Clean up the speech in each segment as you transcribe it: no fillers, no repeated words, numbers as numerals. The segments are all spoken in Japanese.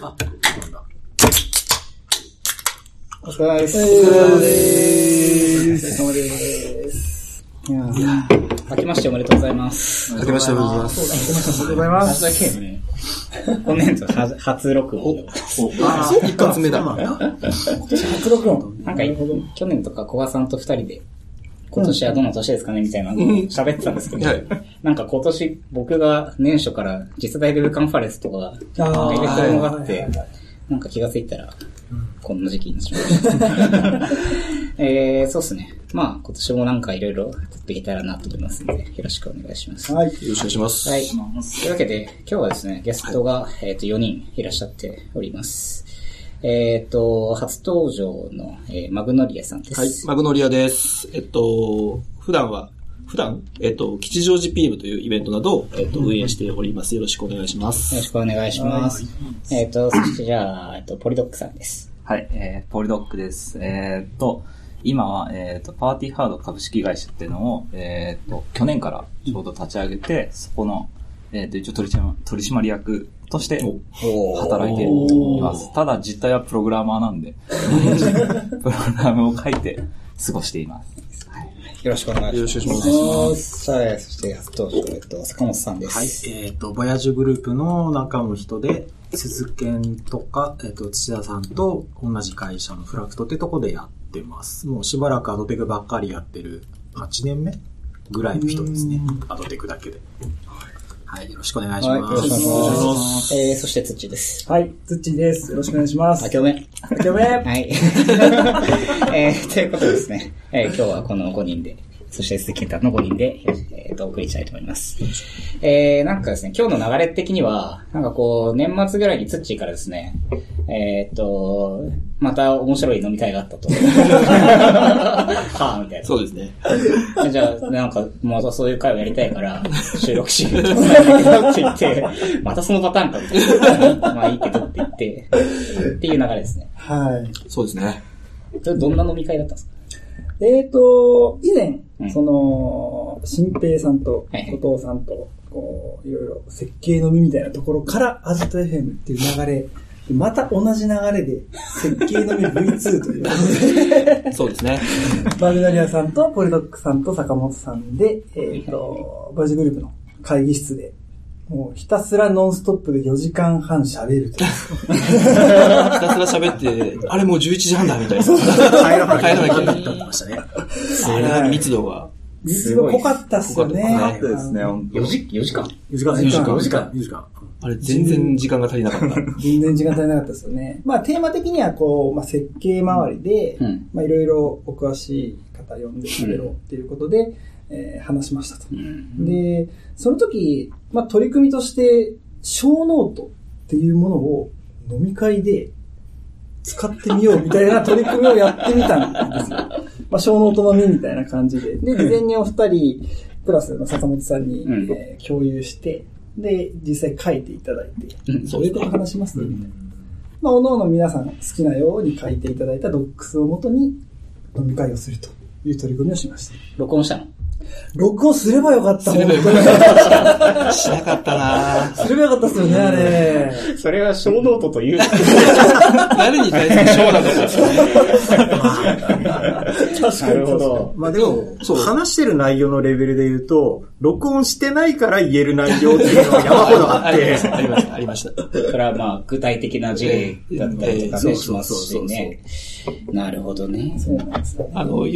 あ、そうなんだ。 お疲れ様です。お疲れ様です。いや明けましておめでとうございます。 明けましておめでとうございます。 明けましておめでとうございます。初だけね。今年度初録音。 一発目だ。 今年初録音。なんか去年とか小川さんと二人で、今年はどの年ですかねみたいなのを喋ってたんですけど、なんか今年僕が年初から次世代ウェブカンファレンスとかがイベントがあって、なんか気がついたら、こんな時期になっちゃいました。そうですね。まあ今年もなんかいろいろ撮っていけたらなと思いますので、よろしくお願いします。 はい。よろしくお願いします。 はい。というわけで、今日はですね、ゲストが、4人いらっしゃっております。初登場の、マグノリアさんです。 はい、マグノリアです。普段、吉祥寺ピームというイベントなどを、運営しております。よろしくお願いします。 よろしくお願いします。そしてじゃあ、ポリドックさんです。 はい、ポリドックです。今は、パーティーハード株式会社っていうのを、去年からちょうど立ち上げて、そこの、一応取締役として働いています。ただ実態はプログラマーなんで、プログラムを書いて過ごしています。 よろしくお願いします。 よろしくお願いします。 はい、そして初登場、坂本さんです。 はい、ボヤージュグループの中の人で、鈴研とか、土田さんと同じ会社のフラクトってとこでやってます。もうしばらくアドテクばっかりやってる8年目ぐらいの人ですね。アドテクだけで。はい、よろしくお願いします。 はい、よろしくお願いします。そして土です。 はい、土です。よろしくお願いします。 明けおめ。 明けおめ。 はい。ということでですね、今日はこの5人で、そして鈴木健太の5人で、お送りしたいと思います。なんかですね、今日の流れ的には、なんかこう、年末ぐらいにツッチーからですね、また面白い飲み会があったと。はぁ、みたいな。 そうですね。 じゃあ、なんか、またそういう会をやりたいから、収録しようって言って、またそのパターンかみたいな。まあいいけどって言って、っていう流れですね。 はい。 そうですね。 それどんな飲み会だったんですか？ 以前、新平さんと後藤さんと、こう、いろいろ設計のみみたいなところから、アジト FM っていう流れ、また同じ流れで、設計のみ V2 ということで、 そうですね。 マグナリアさんとポリドックさんと坂本さんで、バージグループの会議室で、もうひたすらノンストップで4時間半喋ると。 ひたすら喋って、あれもう11時半だみたいな。帰らなきゃいけないって思ってましたね。あれは密度が。 密度濃かったっすよね。 濃かったですね、 4時間 ?4 時間。 あれ全然時間が足りなかった。 全然時間足りなかったですよね。まあテーマ的にはこう、まあ設計周りで、まあいろいろお詳しい方呼んで喋ろうっていうことで、話しましたと。で、その時、まあ取り組みとして、小ノートっていうものを飲み会で使ってみようみたいな取り組みをやってみたんですよ。まあ小ノートのみみたいな感じで。で、事前にお二人、プラスの坂本さんに、共有して、で、実際書いていただいて、それで話しますね、みたいな。まあ、おのおの皆さん好きなように書いていただいたドックスをもとに飲み会をするという取り組みをしました。 録音したの？ 録音すればよかった、本当に。 しなかったなすればよかったっすよね、あれ。 それは小ノートという。 誰に対する小なのかですよね。 確かに。なるほど。 まあでも、話してる内容のレベルで言うと、録音してないから言える内容っていうのが山ほどあって。 ありました。 それはまあ、具体的な事例だったりとかね、しますしね。なるほどね。 そうなんですね。 この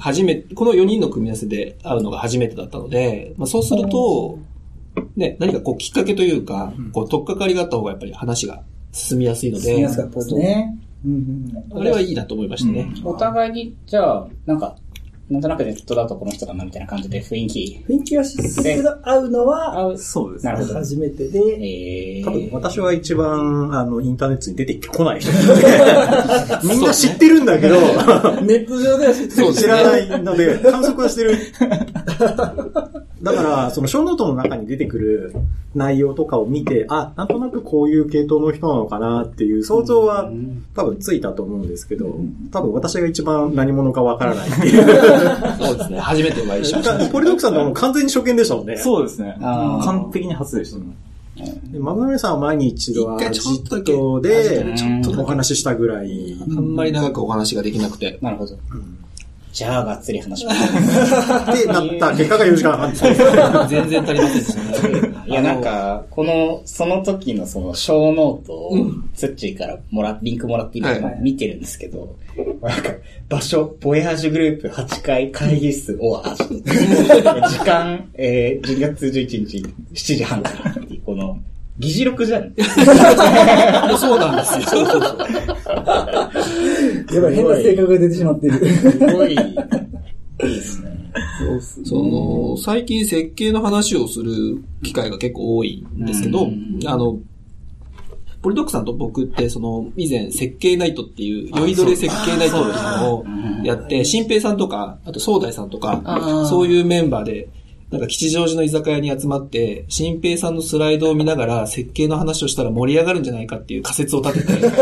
4人の組み合わせで会うのが初めてだったので、まあそうすると、ね、何かこうきっかけというか、こう取っかかりがあった方がやっぱり話が進みやすいので。 進みやすかったですね。 あれはいいなと思いましたね。 お互いに、じゃあ、なんとなくネットだとこの人だなみたいな感じで雰囲気はしますけど、会うのは、 そうですね。 なるほど。 初めてで、 多分私は一番、インターネットに出てこない人なので、みんな知ってるんだけど、 ネット上では知らないので、観測はしてる。だから、その小ノートの中に出てくる内容とかを見て、あ、なんとなくこういう系統の人なのかなっていう想像は多分ついたと思うんですけど、多分私が一番何者かわからないっていう。 そうですね。初めてお会いしました。 ポリドックさんとはもう完全に初見でしたもんね。 そうですね。完璧に初でしたね。 でマグナレさんは前に一度は一回ちょっとだけジットでお話ししたぐらい。 あんまり長くお話ができなくて。 なるほど。じゃあ、がっつり話します。 ってなった結果が4時間半です。 全然足りませんでしたね。 いや、なんか、その時のその小ノートを、ツッチーからリンクもらって今見てるんですけど、なんか、場所、ボヤージュグループ8階会議室オアージュ。時間、10月11日7時半からっていう、この、議事録じゃん。 そうなんですよ。そうそうそう。 やばい、変な性格が出てしまってる。 すごい、いいですね。 そうっすね。 最近設計の話をする機会が結構多いんですけど、ポリドックさんと僕って以前設計ナイトっていう、酔いどれ設計ナイトっていうのをやって、新平さんとか、あと総大さんとか、そういうメンバーで、なんか吉祥寺の居酒屋に集まって、新平さんのスライドを見ながら設計の話をしたら盛り上がるんじゃないかっていう仮説を立てて、で、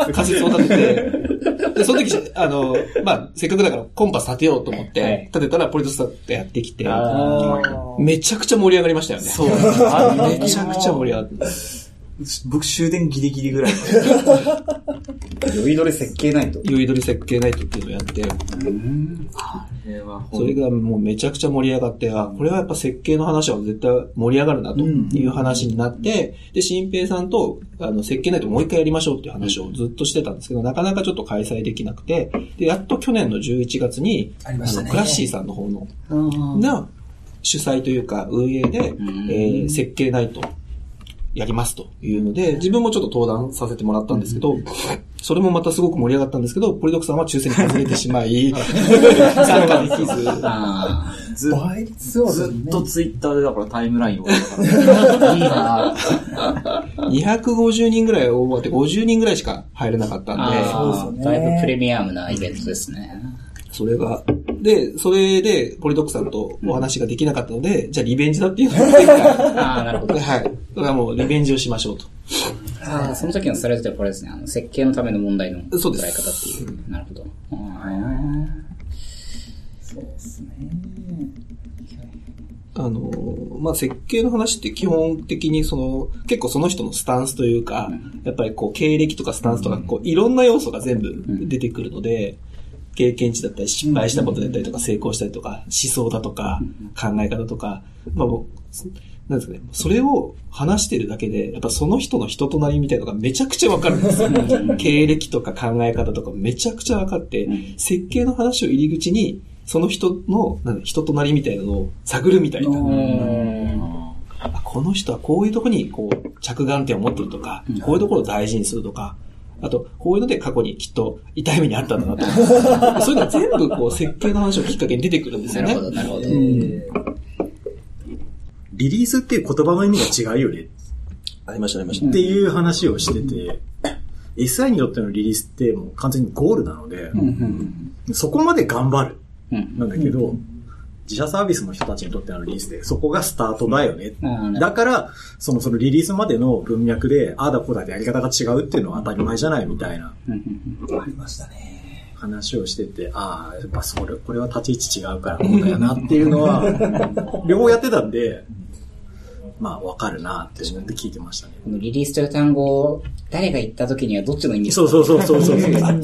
その時、せっかくだからコンパス立てようと思って、立てたらポリドックさんとやってきて、めちゃくちゃ盛り上がりましたよね。 そう。 めちゃくちゃ盛り上がった。 僕終電ギリギリぐらい。 酔いどれ設計ナイト。 酔いどれ設計ナイトっていうのをやって、それがもうめちゃくちゃ盛り上がって、これはやっぱ設計の話は絶対盛り上がるなという話になって、で、新平さんと設計ナイトもう一回やりましょうっていう話をずっとしてたんですけど、なかなかちょっと開催できなくて、で、やっと去年の11月に、クラッシーさんの方の、主催というか運営で、設計ナイトやりますというので、自分もちょっと登壇させてもらったんですけど、それもまたすごく盛り上がったんですけど、ポリドックさんは抽選に外れてしまい、参加できず。 ずっとツイッターでだからタイムラインを。いいな 250人ぐらい応募あって50人ぐらいしか入れなかったんで。 そうですね。だいぶプレミアムなイベントですね。 それで、ポリドックさんとお話ができなかったので、じゃあリベンジだっていうのを言ってなるほど。 はい。それはもうリベンジをしましょうと。 その時のスライドってこれですね。設計のための問題の捉え方っていう。なるほど。そうですね。 設計の話って基本的に結構その人のスタンスというか、やっぱり経歴とかスタンスとか、いろんな要素が全部出てくるので、経験値だったり失敗したことだったりとか成功したりとか思想だとか考え方とか、なんですかね、それを話してるだけで、やっぱその人の人となりみたいなのがめちゃくちゃわかるんですよ。経歴とか考え方とかめちゃくちゃわかって、設計の話を入り口に、その人の人となりみたいなのを探るみたいな。この人はこういうところに着眼点を持ってるとか、こういうところを大事にするとか、あと、こういうので過去にきっと痛い目にあったんだなと。そういうのは全部設計の話をきっかけに出てくるんですよね。 なるほど、なるほど。 リリースっていう言葉の意味が違うよね。 ありました、ありました。 っていう話をしてて、SI にとってのリリースってもう完全にゴールなので、そこまで頑張る。なんだけど、自社サービスの人たちにとってのリリースで、そこがスタートだよね。だから、そのリリースまでの文脈で、ああだこうだでやり方が違うっていうのは当たり前じゃないみたいな。 ありましたね。 話をしてて、やっぱこれは立ち位置違うからこうだよなっていうのは、両方やってたんで、わかるなって思って聞いてましたね。 このリリースという単語を誰が言った時にはどっちの意味そうそう。 そう。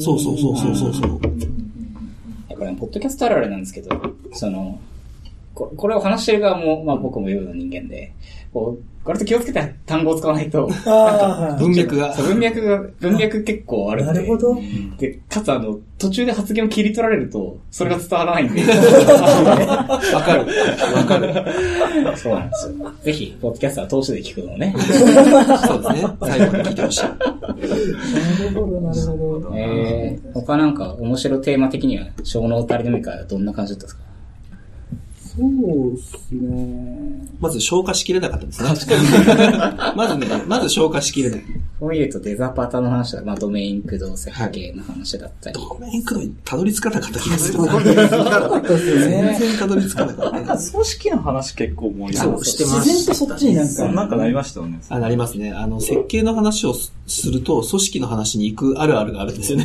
これポッドキャストあるあるなんですけど、これを話してる側も、僕もウェブの人間で、割と気をつけた単語を使わないと、 文脈が結構あるんで。 なるほど。 で、かつ途中で発言を切り取られると、それが伝わらないんで。 わかる。 そうなんですよ。ぜひ、ポッドキャストは通しで聞くのをね。 そうですね。最後に聞いてほしい。 なるほど。 他なんか面白いテーマ的には、小脳タリ飲み会はどんな感じだったんですか？ そうですね。 まず消化しきれなかったですね。まず消化しきれない。 こういうとデザパタの話だ、ドメイン駆動設計の話だったり。 ドメイン駆動にたどり着かなかった気がする。 全然たどり着かなかった。 組織の話結構盛り上がってしてました。 自然とそっちになんかなりましたよね。 なりますね。設計の話をすると、組織の話に行くあるあるがあるんですよね。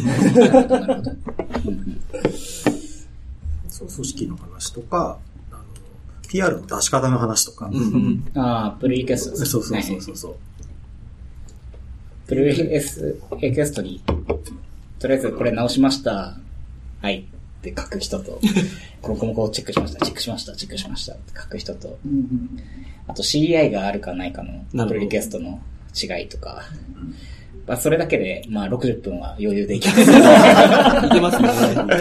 そう、組織の話とか、 PR の出し方の話とか。 プルリクエストですね。 そう。 プルリクエストに、とりあえずこれ直しました。はい。って書く人と、ここチェックしましたって書く人と、あと CI があるかないかのプルリクエストの違いとか、まあ、それだけで、まあ、60分は余裕でいけます。いけますね。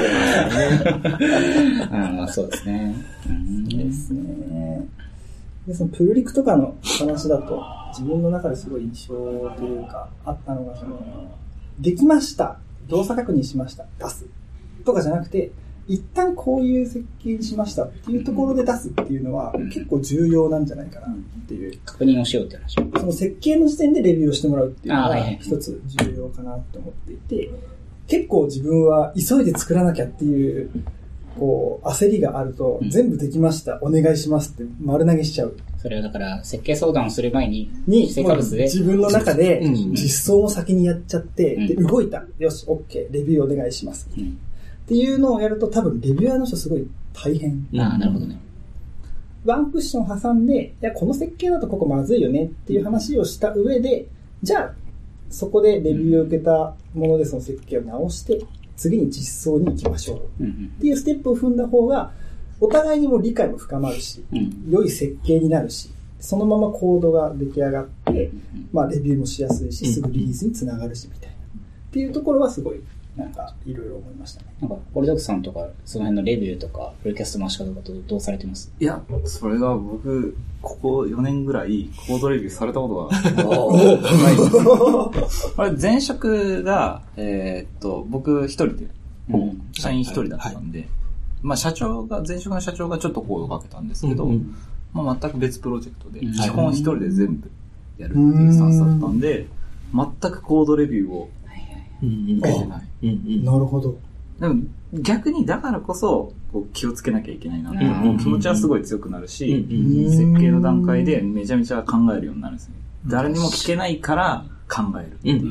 まあ、そうですね。 ですね。で、そのプルリクとかの話だと、自分の中ですごい印象というか、あったのが、できました。動作確認しました。出す。とかじゃなくて、一旦こういう設計にしましたっていうところで出すっていうのは結構重要なんじゃないかなっていう。 確認をしようって話。 その設計の時点でレビューをしてもらうっていうのが一つ重要かなと思っていて、結構自分は急いで作らなきゃっていう、こう、焦りがあると、全部できました、お願いしますって丸投げしちゃう。 それはだから、設計相談をする前に、成果物で。 自分の中で実装を先にやっちゃって、で、動いた。よし、OK、レビューお願いします。っていうのをやると多分レビュアーの人すごい大変。 なるほどね。 ワンクッション挟んで、いや、この設計だとここまずいよねっていう話をした上で、じゃあ、そこでレビューを受けたものでその設計を直して、次に実装に行きましょう。っていうステップを踏んだ方が、お互いにも理解も深まるし、良い設計になるし、そのままコードが出来上がって、まあレビューもしやすいし、すぐリリースにつながるしみたいな。っていうところはすごい、なんか、いろいろ思いましたね。 なんか、オリドクさんとか、その辺のレビューとか、プロキャストの仕方とかどうされてます？ いや、それが僕、ここ4年ぐらい、コードレビューされたことがないです。あれ、前職が、僕一人で、社員一人だったんで、まあ前職の社長がちょっとコードかけたんですけど、まあ全く別プロジェクトで、基本一人で全部やるっていうスタンスだったんで、全くコードレビューを受けてない。 なるほど。 でも逆にだからこそこう気をつけなきゃいけないなっていう気持ちはすごい強くなるし、設計の段階でめちゃめちゃ考えるようになるんですね。誰にも聞けないから考えるっていう。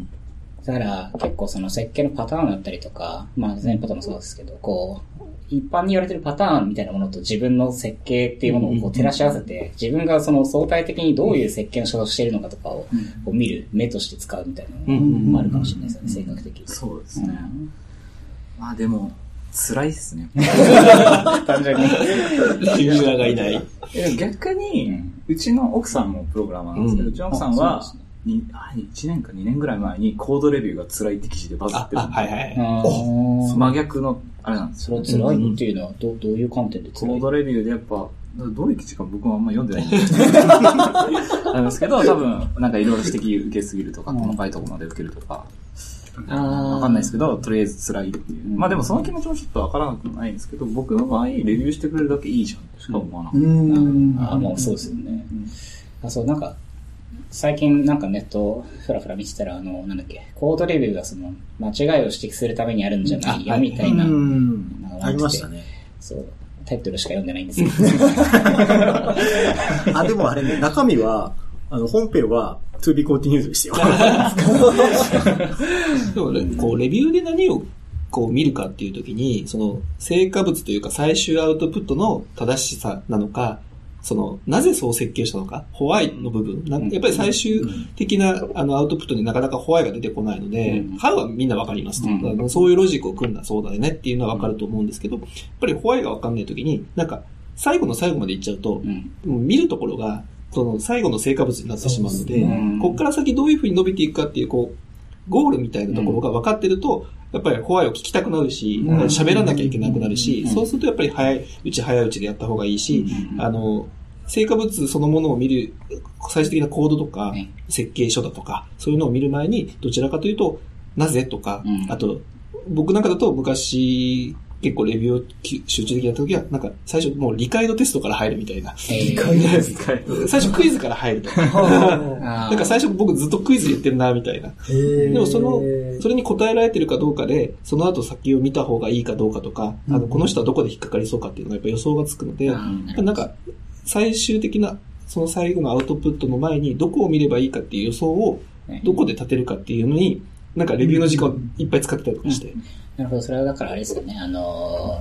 だから結構その設計のパターンだったりとか、まあ全パターンもそうですけど、こう一般に言われてるパターンみたいなものと自分の設計っていうものをこう照らし合わせて、自分がその相対的にどういう設計の仕方をしているのかとかをこう見る目として使うみたいなのもあるかもしれないですよね、性格的に。 そうですね。まあでも辛いっすね。 単純に。 レビュアーがいない。 逆に、うちの奥さんもプログラマーなんですけど、うちの奥さんは1年か2年ぐらい前にコードレビューが辛いって記事でバズってるんで、真逆のあれなんですよ。 それは辛いっていうのはどういう観点で辛い？ コードレビューでやっぱどういう記事か僕もあんま読んでないんですけど、多分なんかいろいろ指摘受けすぎるとか、細かいところまで受けるとか、わかんないですけど、とりあえず辛いっていう。まあでもその気持ちもちょっとわからなくもないんですけど、僕の場合レビューしてくれるだけいいじゃんしか思わなかった。 まあそうですよね。そうなんか最近なんかネットふらふら見てたらなんだっけ、コードレビューがその間違いを指摘するためにあるんじゃないよみたいなありましたね。 そうタイトルしか読んでないんですけど。 でもあれね、中身は本編は to be continued ですよ。 でもね、こうレビューで何をこう見るかっていうときに、その成果物というか最終アウトプットの正しさなのか、なぜそう設計したのか、ホワイの部分。やっぱり最終的なアウトプットになかなかホワイが出てこないので、ハウはみんなわかりますと。そういうロジックを組んだそうだよねっていうのはわかると思うんですけど、やっぱりホワイがわかんないときに、なんか最後の最後までいっちゃうと、見るところが、最後の成果物になってしまうので、こっから先どういうふうに伸びていくかっていう、こう、ゴールみたいなところが分かってると、やっぱりホワイを聞きたくなるし、喋らなきゃいけなくなるし、そうするとやっぱり早いうちでやった方がいいし、成果物そのものを見る、最終的なコードとか、設計書だとか、そういうのを見る前に、どちらかというと、なぜとか、あと、僕なんかだと昔、結構レビューを集中的にやった時は、なんか最初もう理解度テストから入るみたいな。 理解度テスト最初クイズから入るとか。なんか最初僕ずっとクイズ言ってるな、みたいな。でもそれに答えられてるかどうかで、その後先を見た方がいいかどうかとか、この人はどこで引っかかりそうかっていうのがやっぱ予想がつくので、なんか最終的な、その最後のアウトプットの前にどこを見ればいいかっていう予想をどこで立てるかっていうのに、なんかレビューの時間をいっぱい使ってたりとかして。 なるほど、それはだからあれですよね、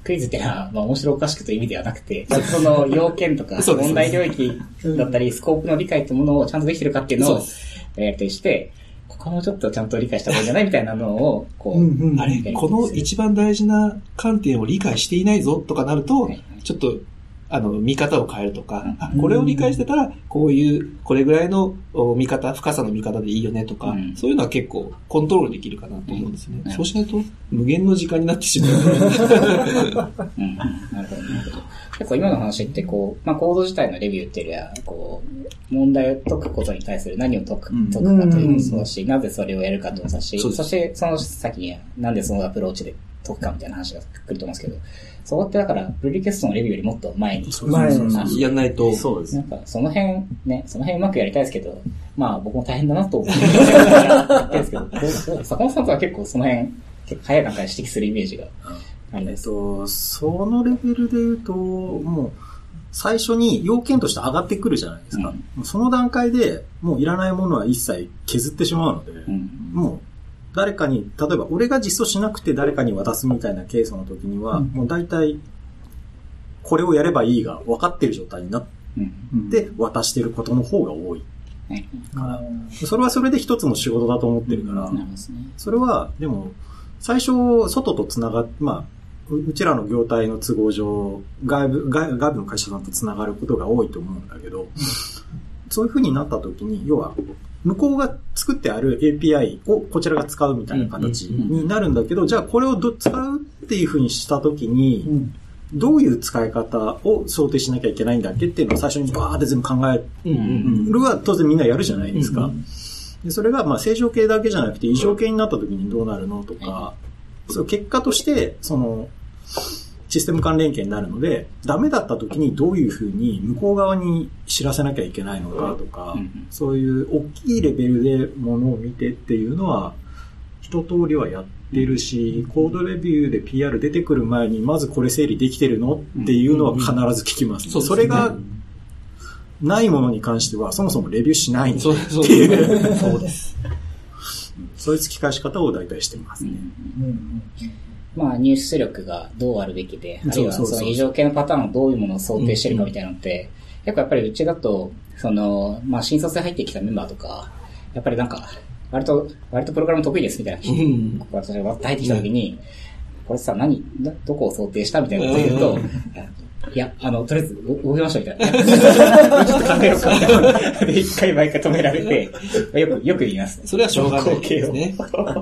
クイズってのは、まあ面白おかしくという意味ではなくて、その要件とか、問題領域だったり、スコープの理解ってものをちゃんとできてるかっていうのをやりたりして、ここもちょっとちゃんと理解した方がいいんじゃないみたいなのを、こう、 あれ、この一番大事な観点を理解していないぞとかなると、ちょっと、見方を変えるとか、これを理解してたら、こういう、これぐらいの見方、深さの見方でいいよねとか、そういうのは結構コントロールできるかなと思うんですね。そうしないと、無限の時間になってしまう。 なるほど、なるほど。結構今の話ってこう、まあコード自体のレビューっていうよりは、こう、問題を解くことに対する何を解くかというのもそうだし、なぜそれをやるかともそうだし、そしてその先には、なんでそのアプローチで解くかみたいな話が来ると思うんですけど、そこってだから、プリリクエストのレビューよりもっと前に。 やんないと。 そうです。 なんか、その辺うまくやりたいですけど、まあ僕も大変だなと思ってやってるんですけど、坂本さんとは結構その辺、早い段階で指摘するイメージがあるんです。 そのレベルで言うと、もう、最初に要件として上がってくるじゃないですか。その段階でもういらないものは一切削ってしまうので、もう、誰かに、例えば俺が実装しなくて誰かに渡すみたいなケースの時には、もう大体、これをやればいいが分かってる状態になって渡してることの方が多い。それはそれで一つの仕事だと思ってるから、それは、でも、最初、外とまあ、うちらの業態の都合上、外部の会社さんとつながることが多いと思うんだけど、そういう風になった時に、要は、向こうが作ってある API をこちらが使うみたいな形になるんだけど、じゃあこれを使うっていう風にした時に、どういう使い方を想定しなきゃいけないんだっけっていうのを最初にバーって全部考えるは当然みんなやるじゃないですか。でそれがまあ正常形だけじゃなくて異常形になった時にどうなるのとか、そう結果としてそのシステム間連携になるので、ダメだった時にどういうふうに向こう側に知らせなきゃいけないのかとか、そういう大きいレベルでものを見てっていうのは一通りはやってるし、コードレビューで PR 出てくる前にまずこれ整理できてるのっていうのは必ず聞きます。それがないものに関してはそもそもレビューしないんでっていう。そうです。そういう聞き返し方を大体してますね。 まあ入出力がどうあるべきで、あるいはその異常系のパターンをどういうものを想定してるかみたいなのって、結構やっぱりうちだと、まあ新卒で入ってきたメンバーとか、やっぱりなんか、割とプログラム得意ですみたいな、私が入ってきた時に、これさ、どこを想定したみたいなこと言うと、いや、とりあえず動きましょうみたいな。ちょっと考えようかみたいな。で、一回毎回止められて、よく言いますね。 それはしょうがないですね。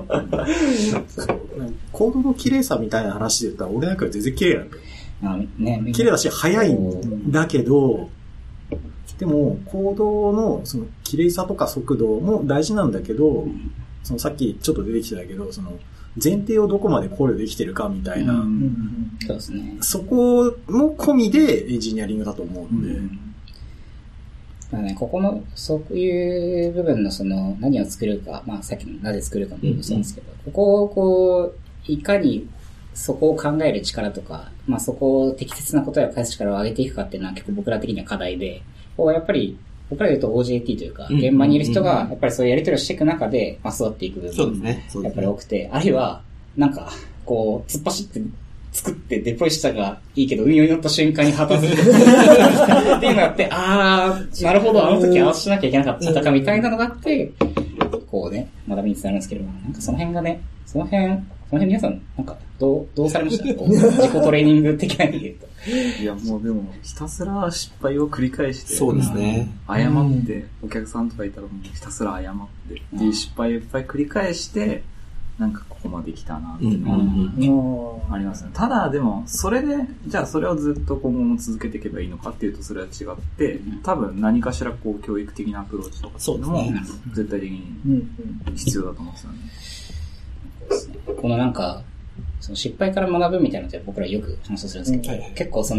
コードの綺麗さみたいな話で言ったら、俺なんかは全然綺麗なんだよ。綺麗だし、早いんだけど、でも、コードのその綺麗さとか速度も大事なんだけど、そのさっきちょっと出てきてたけど、その前提をどこまで考慮できてるかみたいな、 そうですね。 そこも込みでエンジニアリングだと思うんで。 まあね、ここの、そういう部分の何を作るか、まあさっきのなぜ作るかもそうですけど、ここをこう、いかにそこを考える力とか、まあそこを適切な答えを返す力を上げていくかっていうのは結構僕ら的には課題で、やっぱり、僕らで言うと OJT というか、現場にいる人が、やっぱりそういうやり取りをしていく中で、まあ育っていく部分がやっぱり多くて、あるいは、なんか、こう、突っ走って作ってデプロイしたがいいけど、運用に乗った瞬間に果たすっていうのがあって、なるほど、あの時合わせしなきゃいけなかったかみたいなのがあって、こうね、学びにつながるんですけど、なんかその辺がね、その辺皆さん、なんか、どうされましたこう自己トレーニング的な意味で言うと。 いや、もうでも、ひたすら失敗を繰り返して、 そうですね。 謝って、お客さんとかいたらもうひたすら謝ってっていう失敗をいっぱい繰り返して、なんかここまで来たなっていうのはありますね。ただでも、それで、じゃあそれをずっと今後も続けていけばいいのかっていうとそれは違って、多分何かしらこう教育的なアプローチとかっていうのも絶対的に必要だと思うんですよね。 このなんか、その失敗から学ぶみたいなのって僕らよく話をするんですけど、結構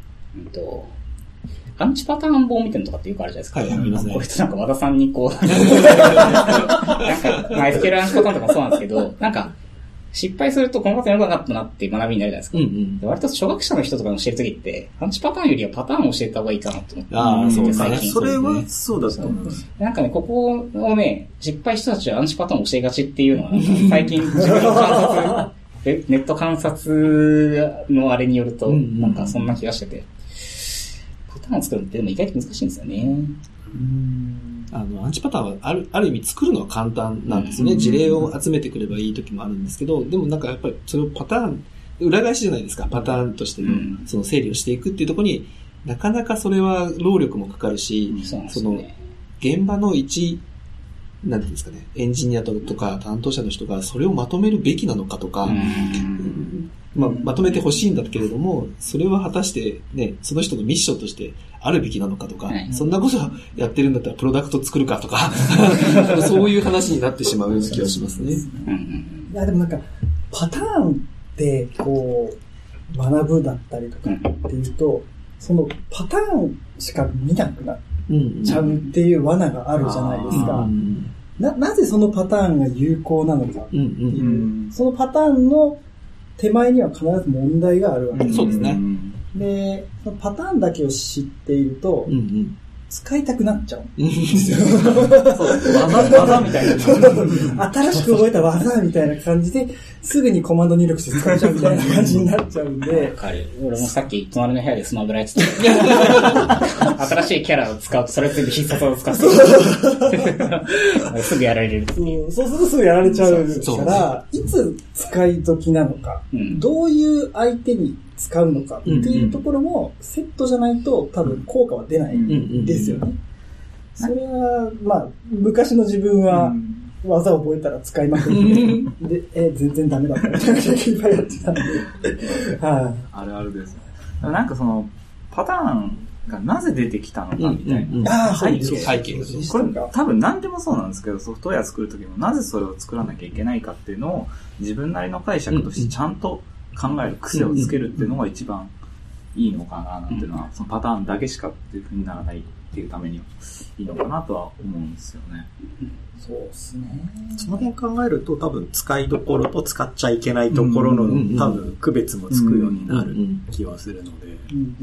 アンチパターン本みたいなのとかってよくあるじゃないですか。こういう人なんか和田さんにこう、なんか、SQL アンチパターンとかもそうなんですけど、なんか、失敗するとこのパターンよくなったなっていう学びになるじゃないですか。割と初学者の人とかの教えるときって、アンチパターンよりはパターンを教えた方がいいかなと思って。 そうですね。それはそうだと思います。 なんかね、ここをね、失敗した人たちはアンチパターンを教えがちっていうのは、最近自分の観察ネット観察のあれによると、なんかそんな気がしてて、パターンを作るってでも意外と難しいんですよね。 アンチパターンはある意味作るのは簡単なんですよね。事例を集めてくればいい時もあるんですけど、でもなんかやっぱりそれをパターン、裏返しじゃないですか。パターンとしてのその整理をしていくっていうところになかなかそれは労力もかかるし、その現場のなんていうんですかね、エンジニアとか担当者の人がそれをまとめるべきなのかとか、まとめてほしいんだけれども、それは果たしてね、その人のミッションとしてあるべきなのかとか、そんなことやってるんだったらプロダクト作るかとか、そういう話になってしまうような気がしますね。 いや、でもなんか、パターンってこう、学ぶだったりとかっていうと、そのパターンしか見なくなっちゃうっていう罠があるじゃないですか。なぜそのパターンが有効なのかっていう、そのパターンの手前には必ず問題があるわけです。 そうですね。 で、そのパターンだけを知っていると、使いたくなっちゃうんですよ。 技みたいな。 新しく覚えた技みたいな感じで、すぐにコマンド入力して使っちゃうみたいな感じになっちゃうんで。 俺もさっき隣の部屋でスマブラやってた。新しいキャラを使うと、それ全部必殺技を使ってすぐやられる。 そうするとすぐやられちゃうから、いつ使い時なのか、どういう相手に使うのかっていうところもセットじゃないと多分効果は出ないんですよね。それは、まあ、昔の自分は技を覚えたら使いまくってで、全然ダメだったみたいな時いっぱいやってたんで。 あるあるですね。なんかその、パターンがなぜ出てきたのかみたいな。背景。これ多分何でもそうなんですけど、ソフトウェア作るときもなぜそれを作らなきゃいけないかっていうのを自分なりの解釈としてちゃんと考える癖をつけるっていうのが一番いいのかななんていうのは、そのパターンだけしかっていう風にならないっていうためにいいのかなとは思うんですよね。 そうですね。 その辺考えると多分使いどころと使っちゃいけないところの多分区別もつくようになる気はするので。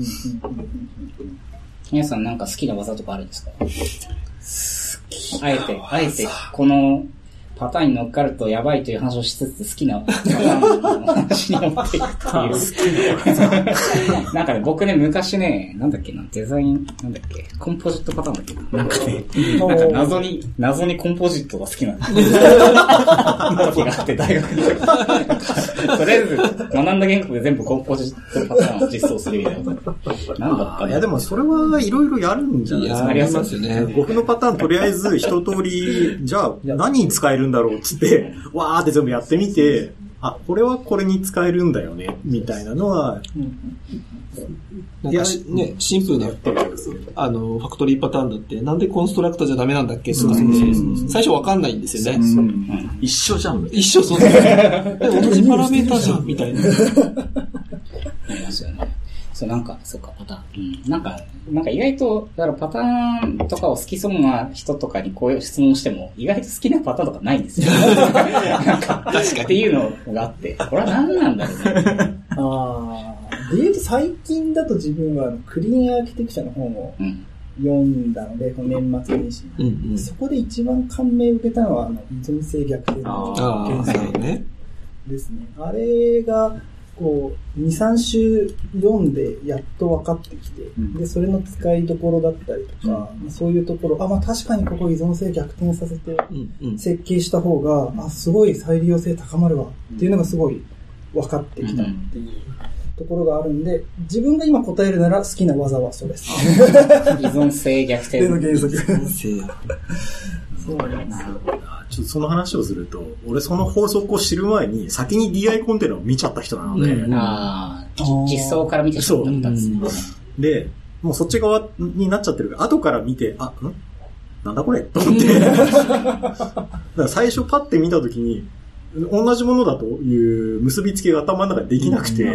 皆さんなんか好きな技とかあるんですか？あえてこのパターンに乗っかるとやばいという話をしつつ好きなパターンの話に持っていくっていう。なんかね、僕ね、昔ね、なんだっけな、デザイン、なんだっけ、コンポジットパターンだっけな。なんかね、なんか謎にコンポジットが好きなんですよ。時があって、大学に。とりあえず、学んだ言語で全部コンポジットパターンを実装するみたいな。なんだったいや、でもそれはいろいろやるんじゃないですか。 ありますよね。 5分のパターンとりあえず一通り、じゃあ何に使えるんだろうっつって、わーって全部やってみて、あ、これはこれに使えるんだよね、みたいなのは、 いや、ね、シンプルな、ファクトリーパターンだって、なんでコンストラクターじゃダメなんだっけとか、最初わかんないんですよね。 一緒じゃん。 一緒、そうね。同じパラメータじゃん、みたいな。 ありますよね。そう、なんか、そうか、パターン。なんか意外と、だからパターンとかを好きそうな人とかにこういう質問しても、意外と好きなパターンとかないんですよ。なんか、確かに。っていうのがあって、これは何なんだろうね。 で言うと最近だと自分はクリーンアーキテクチャの本を読んだので、この年末年始に、そこで一番感銘を受けたのは、依存性逆転の原則ですね。あれが、こう、2、3週読んでやっと分かってきて、で、それの使いどころだったりとか、そういうところ、まあ確かにここ依存性逆転させて設計した方が、すごい再利用性高まるわっていうのがすごい分かってきたっていうところがあるんで、自分が今答えるなら好きな技はそうです。 依存性逆転の原則。 そうなんですよ。 ちょっとその話をすると、俺その法則を知る前に先に DI コンテナを見ちゃった人なので、 実装から見てしまったんですね。 で、もうそっち側になっちゃってるから、後から見て、なんだこれと思って。だから最初パッて見たときに、同じものだという結びつけが頭の中でできなくて。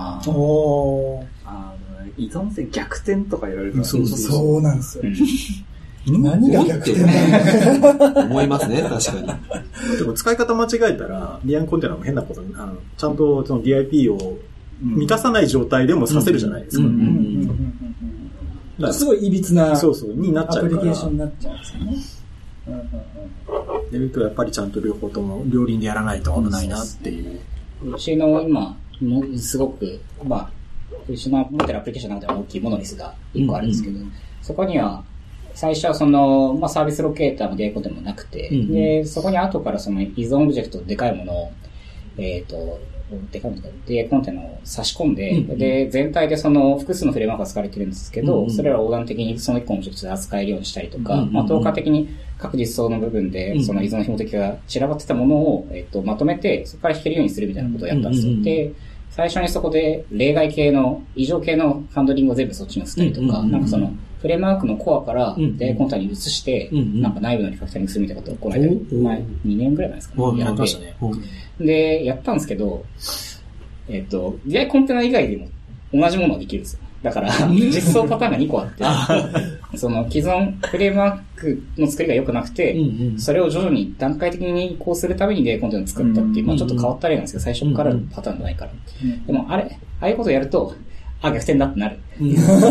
依存性逆転とか言われるとそうなんですよ。何が逆転なんだ思いますね、確かに。 でも使い方間違えたら、リアンコンテナも変なことに、ちゃんとその DIP を満たさない状態でもさせるじゃないですか。 すごい歪なになっちゃうから。アプリケーションになっちゃうんですよね。 で、やっぱりちゃんと両方とも両輪でやらないと危ないなっていう。 うちの今、すごく、うちの持ってるアプリケーションの中では大きいモノリスが1個あるんですけど、そこには、最初はサービスロケーターのデーコンテもなくて、で、そこに後から依存オブジェクトでかいものを、でかいものとか、デーコンテの差し込んで、で、全体で複数のフレームワークが使われてるんですけど、それらを横断的にその1個のオブジェクトで扱えるようにしたりとか、透過的に各実装の部分で、その依存紐解きが散らばってたものを、まとめて、そこから弾けるようにするみたいなことをやったんですよ。で、最初にそこで例外系の、異常系のハンドリングを全部そっちに移ったりとか、フレームワークのコアからデーコンテに移して、内部のリファクタリングするみたいなことをこの間、2年ぐらい前ですかね。やりましたね。で、やったんですけど、DI コンテナ以外でも同じものができるんですよ。だから、実装パターンが2個あって、既存フレームワークの作りが良くなくて、それを徐々に段階的に移行するためにDIコンテナを作ったっていう、ちょっと変わった例なんですけど、最初からのパターンじゃないから。でも、ああいうことをやると、逆転だってなる。も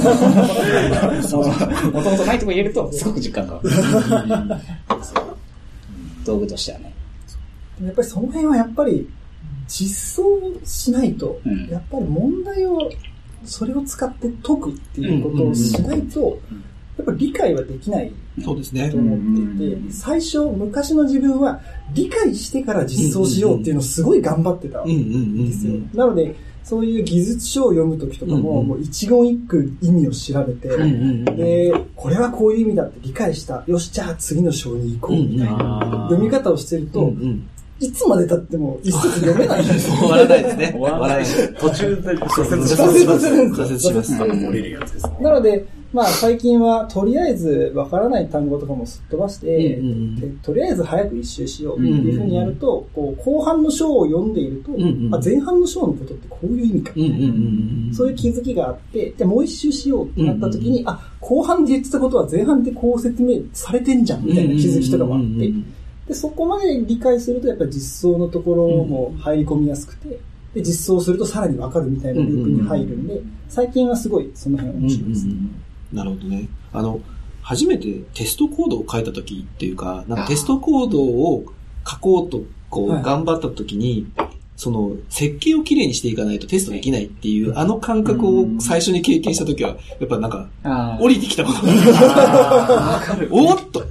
ともとないとこ入れると、すごく実感が湧く。道具としてはね。 やっぱりその辺はやっぱり、実装しないと、やっぱり問題を、それを使って解くっていうことをしないと、やっぱり理解はできないと思っていて、最初、昔の自分は理解してから実装しようっていうのをすごい頑張ってたんですよ。なので、そういう技術書を読むときとかも、もう一言一句意味を調べて、で、これはこういう意味だって理解した。よし、じゃあ次の章に行こうみたいな読み方をしてると、いつまで経っても一冊読めないんですよ。 終わらないですね。 終わらない。途中で挫折します。漏れるやつですね。 なので、最近はとりあえずわからない単語とかもすっ飛ばして、とりあえず早く一周しようっていうふうにやると、後半の章を読んでいると、前半の章のことってこういう意味かみたいな、そういう気づきがあって、でもう一周しようってなった時に、後半で言ってたことは前半でこう説明されてんじゃんみたいな気づきとかもあって、でそこまで理解するとやっぱり実装のところも入り込みやすくて、で実装するとさらに分かるみたいなループに入るんで、最近はすごいその辺面白いですね。 なるほどね。初めてテストコードを書いた時っていうか、テストコードを書こうと頑張った時に、設計をきれいにしていかないとテストできないっていう、感覚を最初に経験した時は、やっぱ降りてきたもの。おっと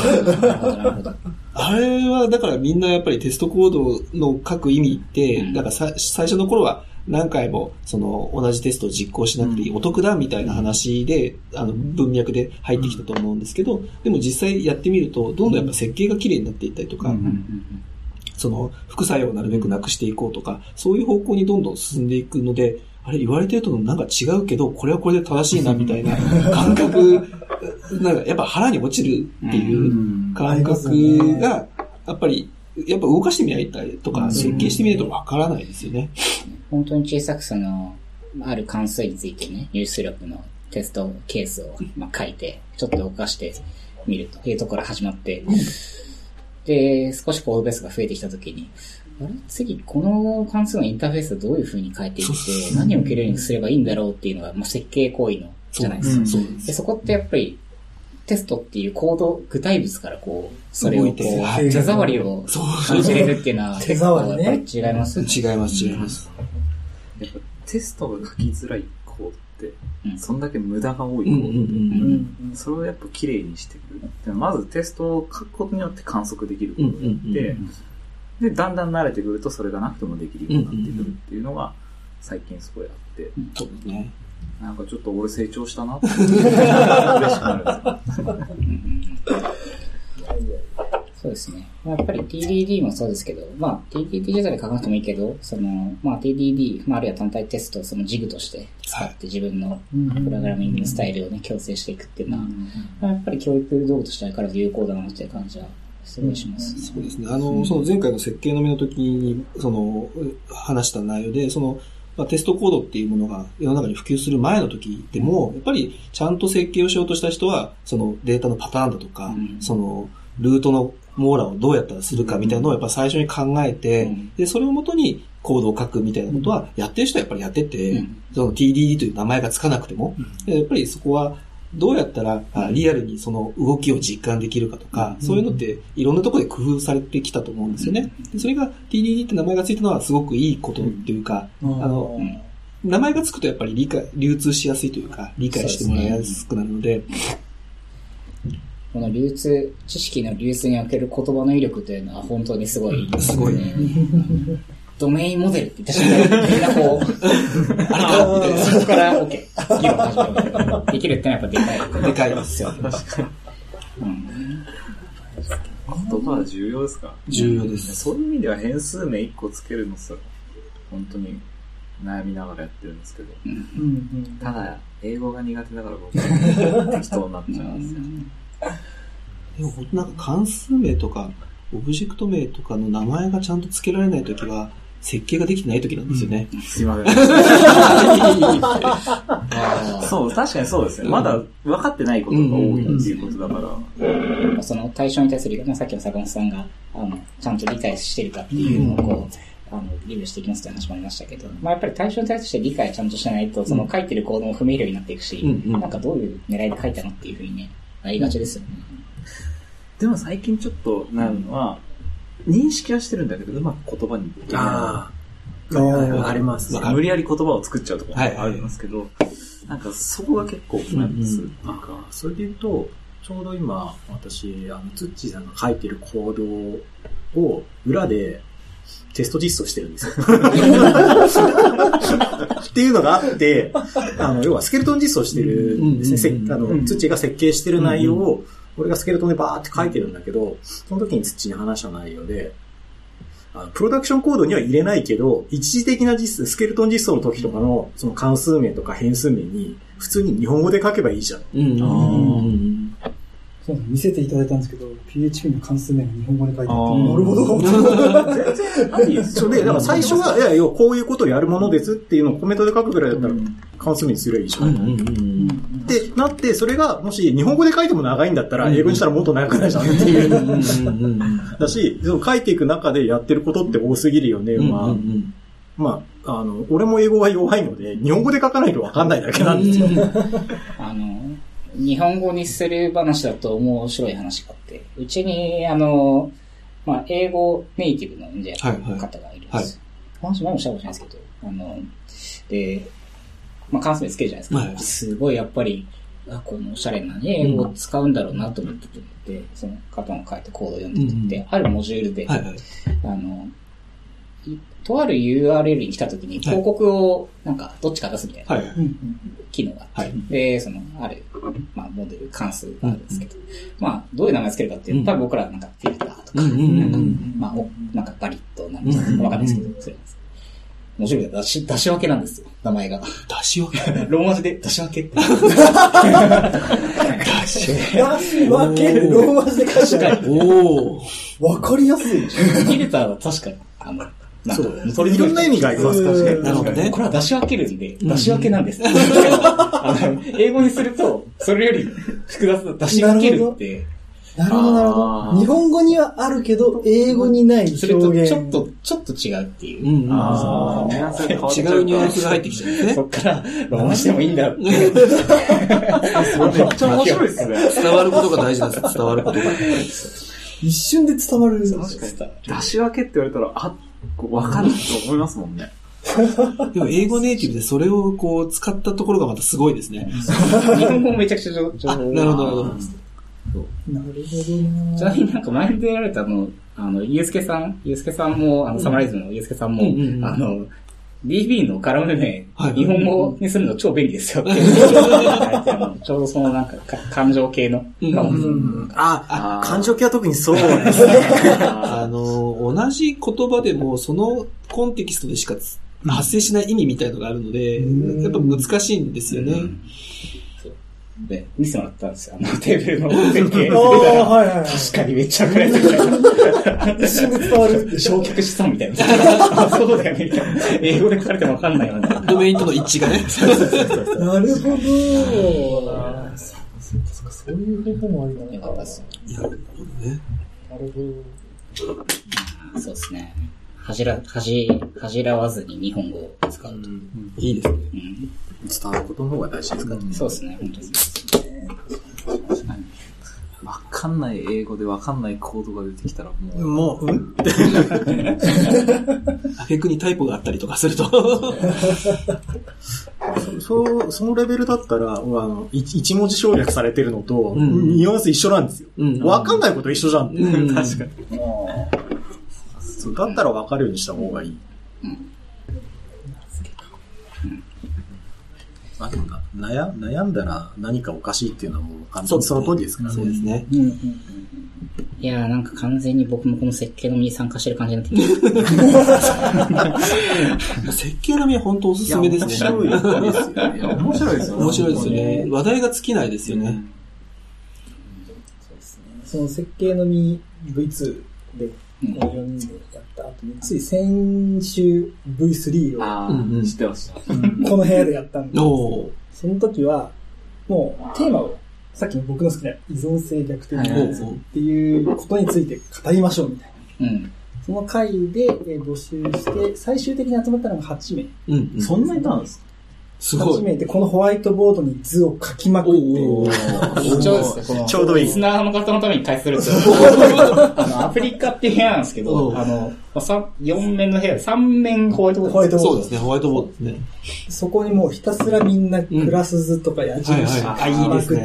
あれは、だからみんなやっぱりテストコードの書く意味って、最初の頃は何回も同じテストを実行しなくていい、お得だみたいな話で、文脈で入ってきたと思うんですけど、でも実際やってみると、どんどんやっぱ設計が綺麗になっていったりとか、副作用をなるべくなくしていこうとか、そういう方向にどんどん進んでいくので、あれ言われてるとなんか違うけど、これはこれで正しいなみたいな感覚、やっぱ腹に落ちるっていう感覚が、やっぱ動かしてみないとか、設計してみないとわからないですよね。 本当に小さくある関数についてね、入出力のテストケースを書いて、ちょっと動かしてみるというところから始まって、で、少しコードベースが増えてきたときに、次、この関数のインターフェースをどういう風に変えていって、何を受けるようにすればいいんだろうっていうのが、設計行為のじゃないですか。で、そこってやっぱり、テストっていうコード、具体物からそれを手触りを感じれるっていうのは、 手触りね。 やっぱり違いますね。 違います。やっぱテストが書きづらいコードって、そんだけ無駄が多いコード。それをやっぱ綺麗にしてくる。まずテストを書くことによって観測できることがあって、で、だんだん慣れてくるとそれがなくてもできるようになってくるっていうのが最近すごいあって。 そうですね。 なんかちょっと俺成長したなって嬉しくなるんですよ。 そうですね。やっぱり TDD もそうですけど、TDD 自体で書かなくてもいいけど、TDD、あるいは単体テストをジグとして使って自分のプログラミングのスタイルをね、矯正していくっていうのは、やっぱり教育道具としてはから有効だなっていう感じはすごいします、ね。 そうですね。前回の設計の目の時に、話した内容で、テストコードっていうものが世の中に普及する前の時でも、やっぱりちゃんと設計をしようとした人は、データのパターンだとか、ルートの網羅をどうやったらするかみたいなのをやっぱ最初に考えて、で、それをもとにコードを書くみたいなことは、やってる人はやっぱりやってて、TDD という名前がつかなくても、やっぱりそこは、 どうやったらリアルにその動きを実感できるかとか、そういうのっていろんなところで工夫されてきたと思うんですよね。でそれが TDD って名前がついたのはすごくいいことっていうか、名前がつくとやっぱり流通しやすいというか、理解してもらいやすくなるので、 この知識の流通における言葉の威力というのは本当にすごい。 すごい。 ドメインモデルって言った瞬間にみんなこう、そこから OK。議論始まるけど、できるってのはやっぱでかい。 でかいですよ。 確かに。言葉は重要ですか？ 重要です。 そういう意味では変数名1個つけるのさ、本当に悩みながらやってるんですけど。ただ、英語が苦手だから僕は適当になっちゃうんですよ。 でもなんか関数名とか、オブジェクト名とかの名前がちゃんと付けられないときは、設計ができてないときなんですよね。 すいません。そう、確かにそうですね。まだ分かってないことが多いっていうことだから。 その対象に対する、さっきの坂本さんが、ちゃんと理解してるかっていうのをこう、リビューしていきますって話もありましたけど、やっぱり対象に対して理解ちゃんとしないと、その書いてるコードも不明瞭になっていくし、なんかどういう狙いで書いたのっていうふうにね、なりがちですよね。 でも最近ちょっとなるのは、認識はしてるんだけど、うまく言葉にできない。 あります。 無理やり言葉を作っちゃうところもありますけど、なんかそこが結構大きなです。 それで言うと、ちょうど今、私、ツッチーさんが書いてるコードを裏でテスト実装してるんですよ。っていうのがあって、要はスケルトン実装してるんですね。ツッチーが設計してる内容を、俺がスケルトンでバーって書いてるんだけど、その時に土に話した内容で、プロダクションコードには入れないけど、一時的なスケルトン実装の時とかの、その関数名とか変数名に、普通に日本語で書けばいいじゃん。 そう見せていただいたんですけど、PHP の関数名が日本語で書いてあって、なるほど。 全然それで、だから最初は、いや、こういうことをやるものですっていうのをコメントで書くぐらいだったら、関数名にすればいいじゃん。ってなって、それが、もし日本語で書いても長いんだったら、英語にしたらもっと長くないじゃんっていう。だし、その書いていく中でやってることって多すぎるよね。俺も英語が弱いので、日本語で書かないと分かんないだけなんですよ。 日本語にする話だと面白い話があって、うちに、英語ネイティブのエンジニアの方がいるんですよ。話前もしたかもしれないですけど、で、関数名つけるじゃないですか。すごいやっぱり、このおしゃれなね、英語を使うんだろうなと思ってて、その方の書いてコードを読んでて、あるモジュールで、とある URL に来たときに広告をどっちか出すみたいな機能があって、で、ある、モデル、関数があるんですけど、どういう名前つけるかっていうと、多分僕らはフィルターとか、バリットなんですかわかんないですけど、それなんです。面白いけど、出し分けなんですよ、名前が。 出し分けローマ字で出し分けって。 出し分けるローマ字で書いてある。わかりやすい。 フィルターは確かに、 そう。いろんな意味がありますからね。 なるほどね。これは出し分けるんで、出し分けなんです。英語にすると、それより複雑な出し分けるって。 なるほど、なるほど。日本語にはあるけど、英語にない表現。 それとちょっと違うっていう。違うニュアンスが入ってきちゃうんですね。 そっから、ローマ字でもいいんだって。めっちゃ面白いですね。 伝わることが大事なんです。伝わることが。 一瞬で伝わる。 確かに。出し分けって言われたら、わかると思いますもんね。 でも英語ネイティブでそれを使ったところがまたすごいですね。 日本語もめちゃくちゃ上手。 なるほど、なるほど。 なるほどな。 ちなみに前でやられたゆうすけさんも、サマライズのゆうすけさんも、DB のカラム名、日本語にするの超便利ですよって。ちょうどその感情系の。 感情系は特にそうですね。 同じ言葉でもそのコンテキストでしか発生しない意味みたいのがあるので、やっぱ難しいんですよね。 で、見せてもらったんですよ。テーブルの設計。確かにめっちゃ暗いみたいな。一瞬で伝わる。焼却しそうみたいな。そうだよね、みたいな。英語で書かれてもわかんないよね。 ドメインとの一致がね。 なるほど。そういう方法もありだね。 よかったです。 なるほどね。 なるほど。そうですね。恥じらわずに日本語を使うと。 いいですね。 伝わることの方が大事ですからね。 そうですね、本当に。 かんない英語でわかんないコードが出てきたらもう、 逆にタイプがあったりとかすると。 そのレベルだったら、一文字省略されてるのと、ニュアンス一緒なんですよ。わかんないこと一緒じゃん。確かに。そうだったらわかるようにした方がいい。悩んだら何かおかしいっていうのはもう完全にその通りですからね。 そうですね。 いやーなんか完全に僕もこの設計のみに参加してる感じになってきて設計のみは本当おすすめですね。 面白いですよね。 面白いですよね。面白いですよね。話題が尽きないですよね。 その設計のみ V2 で、この4人でやった後に、つい先週 V3 を知ってました。 この部屋でやったんです。その時は、もうテーマを、さっきの僕の好きな依存性逆転っていうことについて語りましょうみたいな。その会で募集して、最終的に集まったのが8名。 そんなにいたんですか？ すごい。 8名でこのホワイトボードに図を書きまくって。 ちょうどいい。 リスナーの方のために解説すると、アフリカっていう部屋なんですけど、4面の部屋で3面ホワイトボード。 そうですね、ホワイトボードですね。 そこにもうひたすらみんなクラス図とか矢印書きまくって、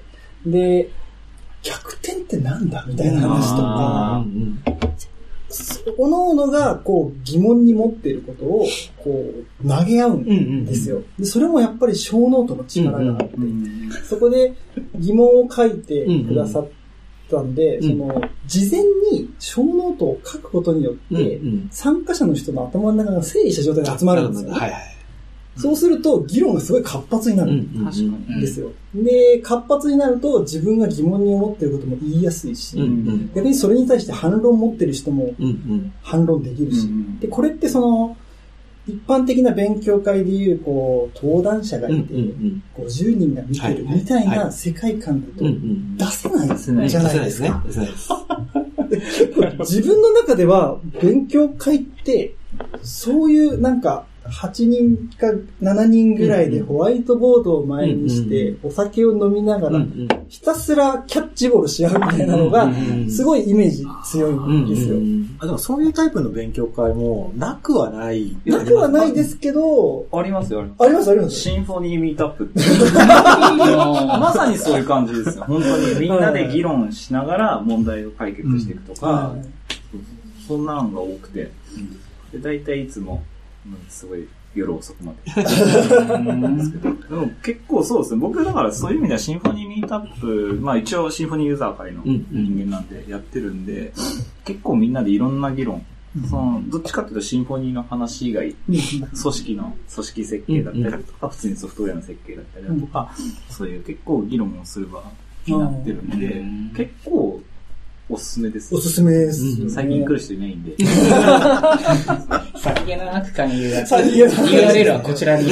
で、逆転ってなんだみたいな話とか、おのおのがこう疑問に持っていることをこう投げ合うんですよ。でそれもやっぱり小ノートの力があって、そこで疑問を書いてくださったんで、その事前に小ノートを書くことによって、参加者の人の頭の中が整理した状態で集まるんですよ。そうすると議論がすごい活発になるんですよ。で、活発になると自分が疑問に思っていることも言いやすいし、逆にそれに対して反論を持っている人も反論できるし、で、これってその一般的な勉強会でいうこう登壇者がいて50人が見てるみたいな世界観だと出せないじゃないですか。結構自分の中では勉強会ってそういうなんか8人か7人ぐらいでホワイトボードを前にしてお酒を飲みながらひたすらキャッチボールし合うみたいなのがすごいイメージ強いんですよ。 でもそういうタイプの勉強会もなくはない。 なくはないですけど。 ありますよ。 あります。 シンフォニーミートアップって。まさにそういう感じですよ。本当にみんなで議論しながら問題を解決していくとか、そんなのが多くて。で、大体いつもすごい夜遅くまでですけど、でも結構そうですね。僕だからそういう意味ではシンフォニーミートアップ、まあ一応シンフォニーユーザー会の人間なんでやってるんで、結構みんなでいろんな議論、どっちかっていうとシンフォニーの話以外、組織設計だったりだとか、普通にソフトウェアの設計だったりだとか、そういう結構議論をする場になってるんで、結構おすすめです。 おすすめです。 最近来る人いないんで。 さりげなく勧誘が。URL はこちらに。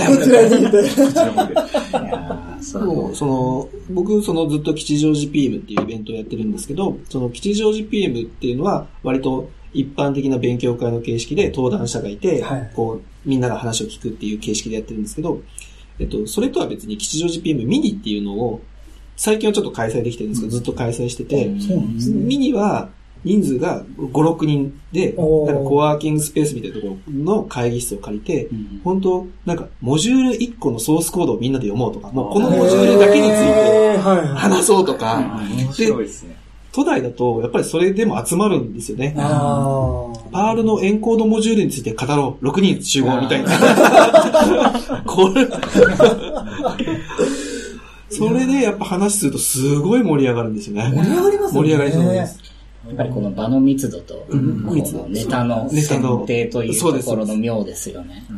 僕、ずっと吉祥寺 PM っていうイベントをやってるんですけど、その吉祥寺 PM っていうのは、割と一般的な勉強会の形式で登壇者がいて、こう、みんなが話を聞くっていう形式でやってるんですけど、それとは別に吉祥寺 PM ミニっていうのを、最近はちょっと開催できてるんですけど、ずっと開催してて、ミニは人数が5、6人で、なんかコワーキングスペースみたいなところの会議室を借りて、本当なんかモジュール1個のソースコードをみんなで読もうとか、もうこのモジュールだけについて話そうとか、 面白いですね。 都内だとやっぱりそれでも集まるんですよね。パールのエンコードモジュールについて語ろう、6人集合みたいな。これそれでやっぱ話するとすごい盛り上がるんですよね。 盛り上がりますね。 盛り上がりそうです。 やっぱりこの場の密度と、ネタの選定というところの妙ですよね。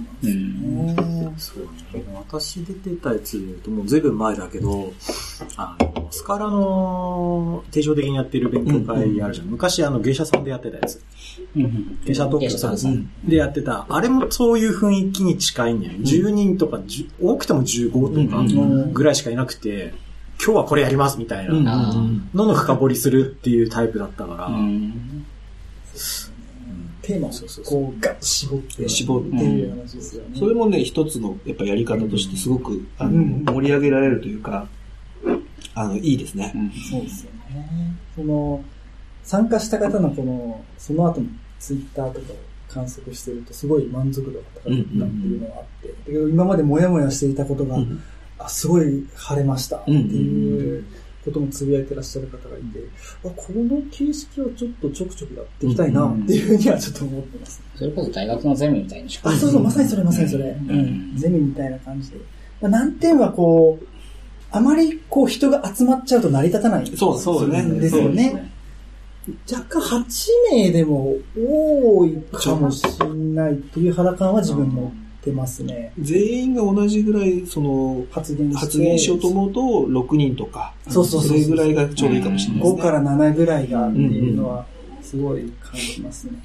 私出てたやつで言うともうずいぶん前だけど、スカラの定常的にやってる勉強会あるじゃん。昔芸者さんでやってたやつ。芸者トークさんでやってた。あれもそういう雰囲気に近いんだよね。10人とか、多くても15とかぐらいしかいなくて、今日はこれやりますみたいなのの深掘りするっていうタイプだったから、 テーマをこうガッと絞っていう話ですよね。 それもね、一つのやっぱやり方としてすごく盛り上げられるというか、いいですね。 そうですよその、参加した方のその後のツイッターとかを観測してるとすごい満足度が高かったっていうのがあって、だけど今までモヤモヤしていたことが、すごい晴れましたっていうこともつぶやいてらっしゃる方がいて、この形式をちょっとちょくちょくやっていきたいなっていうふうにはちょっと思ってます。 それこそ大学のゼミみたいにそうそう、まさにそれ。ゼミみたいな感じで。難点はあまり人が集まっちゃうと成り立たない。 そうですよね。若干8名でも多いかもしれないっていう肌感は自分持ってますね。 全員が同じぐらい発言しようと思うと6人とか、それぐらいがちょうどいいかもしれないですね。 5から7ぐらいがっていうのはすごい感じますね。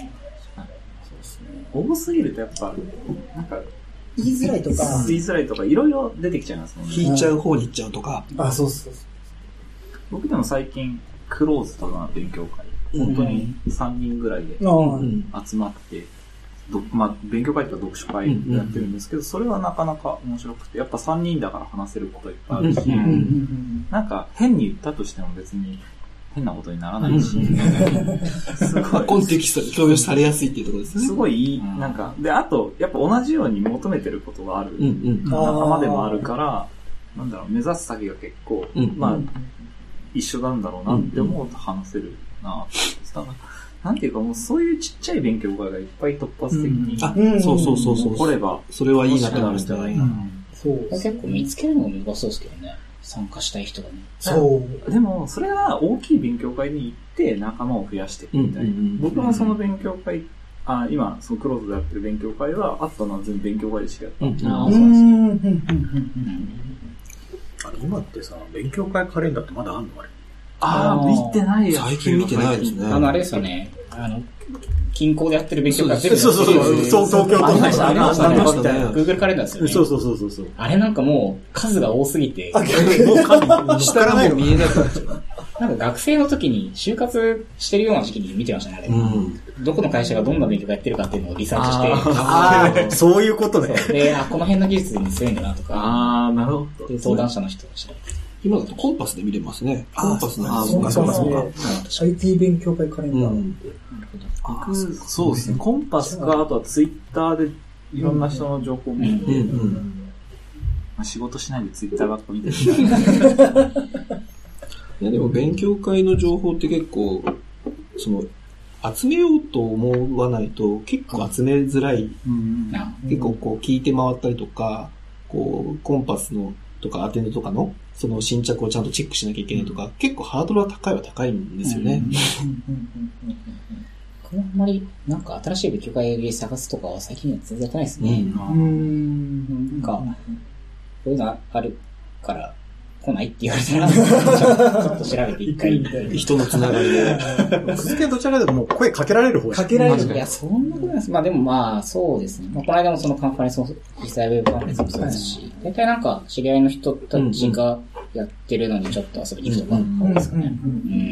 多すぎるとやっぱなんか言いづらいとかいろいろ出てきちゃいますもんね。 引いちゃう方に行っちゃうとか。 そう。 僕でも最近クローズとかの勉強会、本当に3人ぐらいで集まって、勉強会とか読書会やってるんですけど、それはなかなか面白くて、やっぱ3人だから話せることいっぱいあるし、なんか変に言ったとしても別に変なことにならないし、 すごい。コンテキストで共有されやすいっていうところですね。 すごいいい、なんか、で、あと、やっぱ同じように求めてることがある仲間でもあるから、なんだろう、目指す先が結構、一緒なんだろうなって思うと話せるなぁ。なんていうかもうそういうちっちゃい勉強会がいっぱい突発的に起これば、 それはいいなと思うんじゃないな。 結構見つけるのが難しそうですけどね。参加したい人がね。 でも、それは大きい勉強会に行って仲間を増やしていくみたいな。僕もその勉強会、今、そのクローズでやってる勉強会は、あったのは全部勉強会でしかやった。 今ってさ、勉強会カレンダーってまだあんの見てないやつ。 最近見てないですね。 あれですよね。近郊でやってる勉強会全部そう、東京とありましたね。Google カレンダーですよね。 そう。 あれなんかもう数が多すぎて。 もう下からも見えなくなっちゃう。 なんか学生の時に就活してるような時期に見てましたね、あれ。どこの会社がどんな勉強会やってるかっていうのをリサーチして。 そういうことね。 で、この辺の技術に強いんだなとか。 なるほど。 で、相談者の人を調べて。 今だとコンパスで見れますね。コンパスのそうか。IT 勉強会カレンダー。 そうですね。コンパスか、あとはツイッターでいろんな人の情報を見て、仕事しないでツイッターばっか見てる。 いやでも勉強会の情報って結構、集めようと思わないと結構集めづらい。結構聞いて回ったりとか、コンパスのとかアテンドとかのその新着をちゃんとチェックしなきゃいけないとか、結構ハードルは高いんですよね。 あんまりなんか新しい勉強会探すとかは最近は全然やってないですね。なんか、こういうのあるから来ないって言われたら、ちょっと調べて一回。 人のつながりで。 続けどちらかというともう声かけられる方かけられる。 いや、そんなことないです。でもそうですね。この間もそのカンファレンスも、実際ウェブカンファレンスもそうですし、大体なんか知り合いの人たちがやってるのにちょっと遊びに行くとか多いですかね。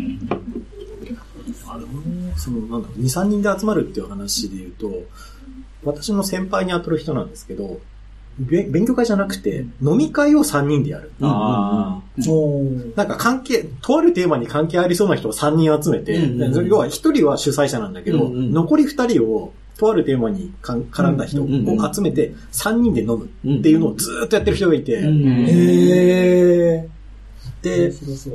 2、3人で集まるっていう話で言うと、私の先輩に当たる人なんですけど、勉強会じゃなくて、飲み会を3人でやる。なんかとあるテーマに関係ありそうな人を3人集めて、要は1人は主催者なんだけど、残り2人をとあるテーマに絡んだ人を集めて、3人で飲むっていうのをずーっとやってる人がいて、で、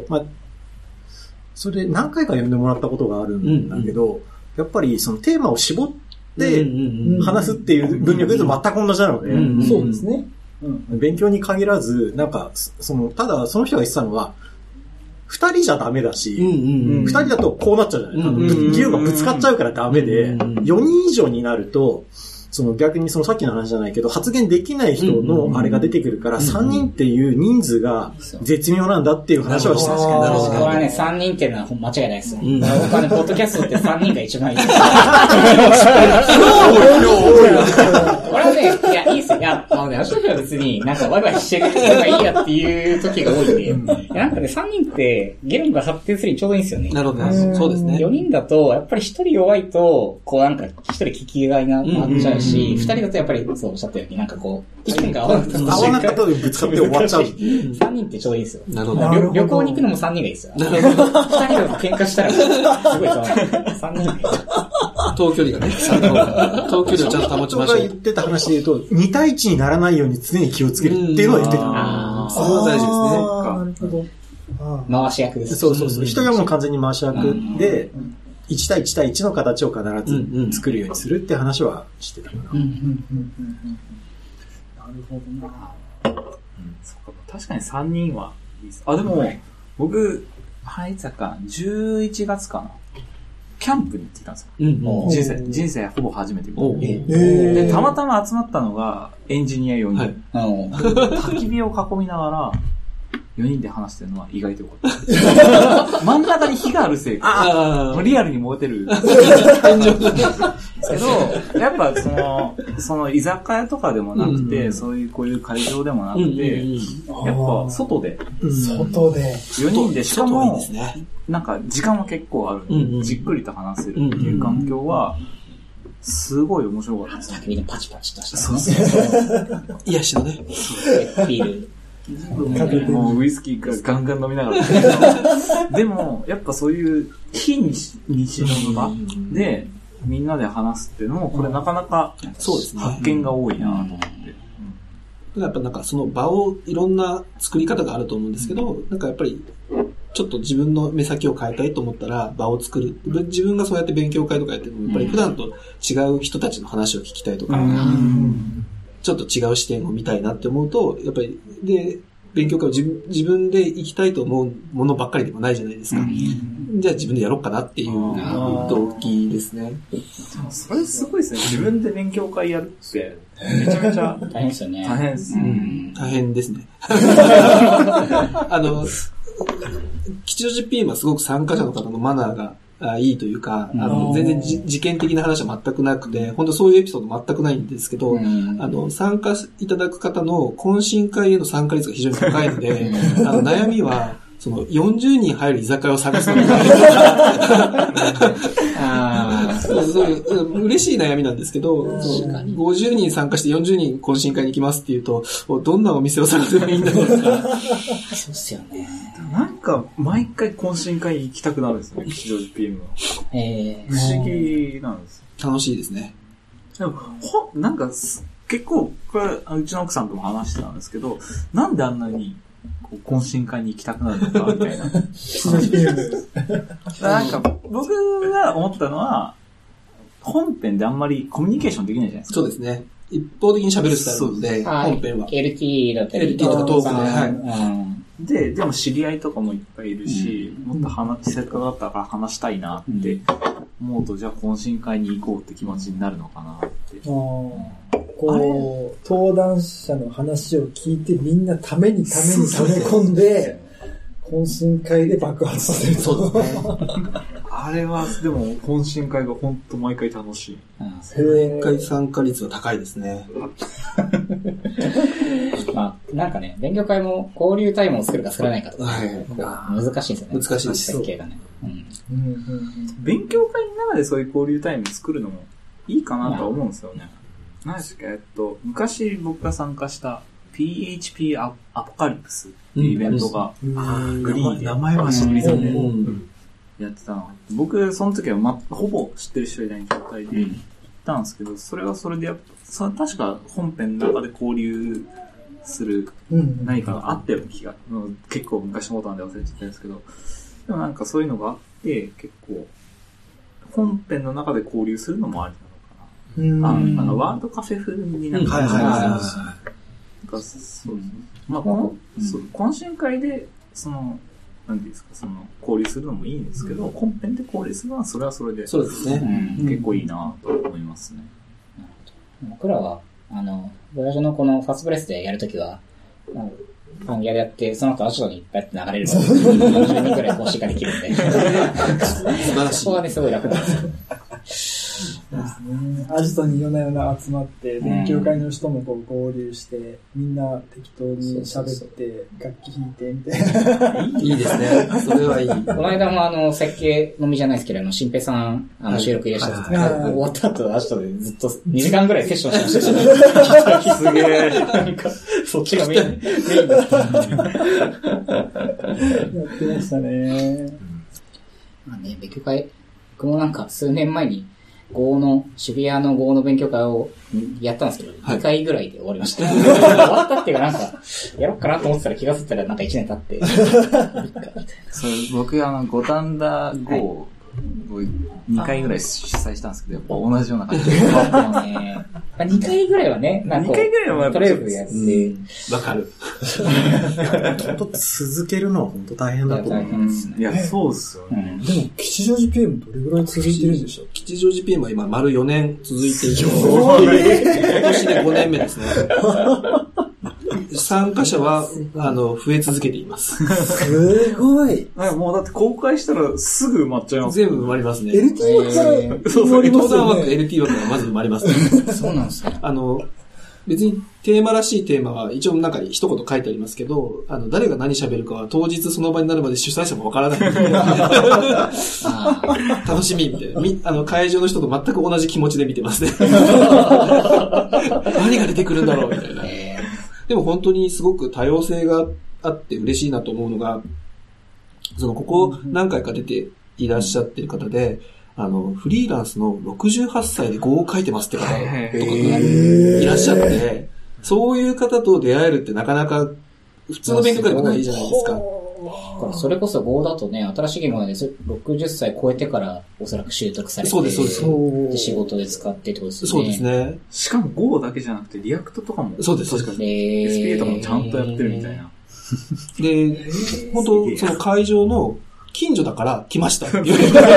それで何回か呼んでもらったことがあるんだけど、やっぱりそのテーマを絞って話すっていう分量で全く同じなので、 そうですね。 勉強に限らず、なんか、ただその人が言ってたのは、2人じゃダメだし、2人だとこうなっちゃうじゃない。議論がぶつかっちゃうからダメで、4人以上になると、逆にさっきの話じゃないけど、発言できない人のあれが出てくるから、3人っていう人数が絶妙なんだっていう話はしたんですけど。 これはね、3人っていうのは間違いないですよ。僕はね、ポッドキャストって3人が一番いいです。これはね、いや、いいですよ。 や、あの時は別になんかワイワイしてる方がいいやっていう時が多いんで、いやなんかね、3人って議論が発展するにちょうどいいんですよね。 なるほど、そうですね。 4人だと、やっぱり1人弱いと、こうなんか1人聞きがいがあっちゃうし、2人だとやっぱりそうおっしゃったように、なんかこう、意見が合わなかったでぶつかって終わっちゃう。 3人ってちょうどいいですよ。 なるほど。 旅行に行くのも3人がいいですよ。2人だと喧嘩したら、すごい3人がいい。 遠距離がね、遠距離をちゃんと保ちましょう。 が言ってた話で言うと、2対1にならないように常に気をつけるっていうのは言ってた。 それは大事ですね。なるほど。 回し役です。 そう。一人はもう完全に回し役で、1対1対1の形を必ず作るようにするって話はしてたかな。なるほどな。 そうか、確かに3人はいいです。あ、でも、僕、いつだか、11月かな。キャンプに行ってきたんですよ。人生ほぼ初めて。で、たまたま集まったのがエンジニア4人。焚き火を囲みながら、4人で話してるのは意外とよかった。真ん中に火があるせいか、リアルに燃えてる。ですけど、やっぱその居酒屋とかでもなくて、そういうこういう会場でもなくて、やっぱ外で。4人で、しかも、なんか時間は結構ある。じっくりと話せるっていう環境は、すごい面白かったですね。 みんなパチパチとした。 癒しのね。 ビール。 もうウイスキーからガンガン飲みながら。でも、やっぱそういう非日常の場でみんなで話すっていうのも、これなかなか発見が多いなと思って。 やっぱなんかその場をいろんな作り方があると思うんですけど、なんかやっぱりちょっと自分の目先を変えたいと思ったら場を作る。自分がそうやって勉強会とかやってるのも、やっぱり普段と違う人たちの話を聞きたいとか、ちょっと違う視点を見たいなって思うと、やっぱり、で、勉強会を自分で行きたいと思うものばっかりでもないじゃないですか。じゃあ自分でやろうかなっていう動機ですね。 それすごいですね。自分で勉強会やるって、めちゃめちゃ大変ですよね。 大変です。 大変ですね。吉祥寺 PM はすごく参加者の方のマナーがいいというか、全然事件的な話は全くなくて、本当そういうエピソード全くないんですけど、参加いただく方の懇親会への参加率が非常に高いので、悩みは、その40人入る居酒屋を探すのがそういう嬉しい悩みなんですけど、50人参加して40人懇親会に行きますっていうと、どんなお店を探せばいいんだろうとか。 そうっすよね。 なんか毎回懇親会行きたくなるんですよね、吉祥寺 PM は。不思議なんです。 楽しいですね。 でもなんか結構これうちの奥さんとも話してたんですけど、なんであんなに懇親会に行きたくなるのかみたいな。なんか僕が思ったのは、本編であんまりコミュニケーションできないじゃないですか。 そうですね。一方的に喋るスタイルで、本編は。 LT だったり。 LT とかトークで、でも知り合いとかもいっぱいいるし、もっとせっかくだったから話したいなって思うと、じゃあ懇親会に行こうって気持ちになるのかなって。 登壇者の話を聞いてみんなために溜め込んで、懇親会で爆発させる。 そうですね。 あれは、でも、懇親会が本当毎回楽しい。 毎回参加率が高いですね。 まあ、なんかね、勉強会も交流タイムを作るか作らないかとか、難しいですよね。 難しいです。 設計がね。 勉強会の中でそういう交流タイム作るのもいいかなとは思うんですよね。何ですか、昔僕が参加した PHP アポカリプスっていうイベントが、グリーンで、 名前は知りそうで、 やってたの。僕、その時はほぼ知ってる人いない状態で行ったんですけど、それはそれで確か本編の中で交流する何かがあったような気が、結構昔のことなんで忘れちゃったんですけど、でもなんかそういうのがあって、結構、本編の中で交流するのもありなのかな。なんかワールドカフェ風になんか、まあ、懇親会で、なんていうんですか、交流するのもいいんですけど、本編で交流するのはそれはそれで、 そうですね。 結構いいなと思いますね。 僕らは、ボヤジのこのファストプレスでやるときは、ファンギャでやって、その後後にいっぱい流れるので、40人くらい更新ができるんで。 素晴らしい。 そこはね、すごい楽なんですよ。 ね。アジトに夜な夜な集まって、勉強会の人もこう合流して、みんな適当に喋って、楽器弾いて、みたいな。 いいですね。それはいい。 この間も設計のみじゃないですけど、新平さん、収録いらっしゃって、終わった後、アジトでずっと2時間ぐらいセッションしましたし、すげえ。なんか、そっちがメインだった。やってましたね。 まあね、勉強会、僕もなんか数年前に渋谷のGoの勉強会をやったんですけど、2回ぐらいで終わりました。終わったっていうかなんか、やろうかなと思ってたら気がついたらなんか1年経って。 それ僕五反田Goを2回ぐらい主催したんですけど、やっぱ同じような感じで。 2回ぐらいはね、なんか、2回ぐらいはとりあえずやって。 わかる。 本当続けるのは本当大変だと思う。 いや、そうっすよね。 でも、吉祥寺 PM どれぐらい続いてるんでしょう？ 吉祥寺 PM は今、丸4年続いている。今年で5年目ですね。参加者は、増え続けています。 すごい。 もうだって公開したらすぐ埋まっちゃいます。 全部埋まりますね。 LT 枠から埋まりますよね。 登壇枠 LT 枠がまず埋まりますね。 そうなんですか。 別にテーマらしいテーマは一応中に一言書いてありますけど、誰が何喋るかは当日その場になるまで主催者もわからない。楽しみみたいな。会場の人と全く同じ気持ちで見てますね。何が出てくるんだろうみたいな。でも本当にすごく多様性があって嬉しいなと思うのが、ここ何回か出ていらっしゃってる方で、フリーランスの68歳でGoを書いてますって方とかがいらっしゃって、そういう方と出会えるってなかなか普通の勉強会でもないじゃないですか。 それこそGoだとね、新しい言語なんです。60歳超えてからおそらく習得されて、 そうです、そうです。仕事で使ってってことですね。 そうですね。 しかもGoだけじゃなくてリアクトとかも。 そうです、 確かに。SPA とかもちゃんとやってるみたいな。 で、本当その会場の近所だから来ましたって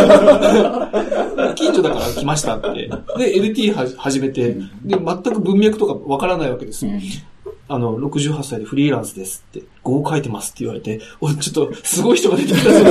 近所だから来ましたって。で、LT 始めて、で、全く文脈とかわからないわけですよ。68歳でフリーランスですって、Goを書いてますって言われて、ちょっと、すごい人が出てきた。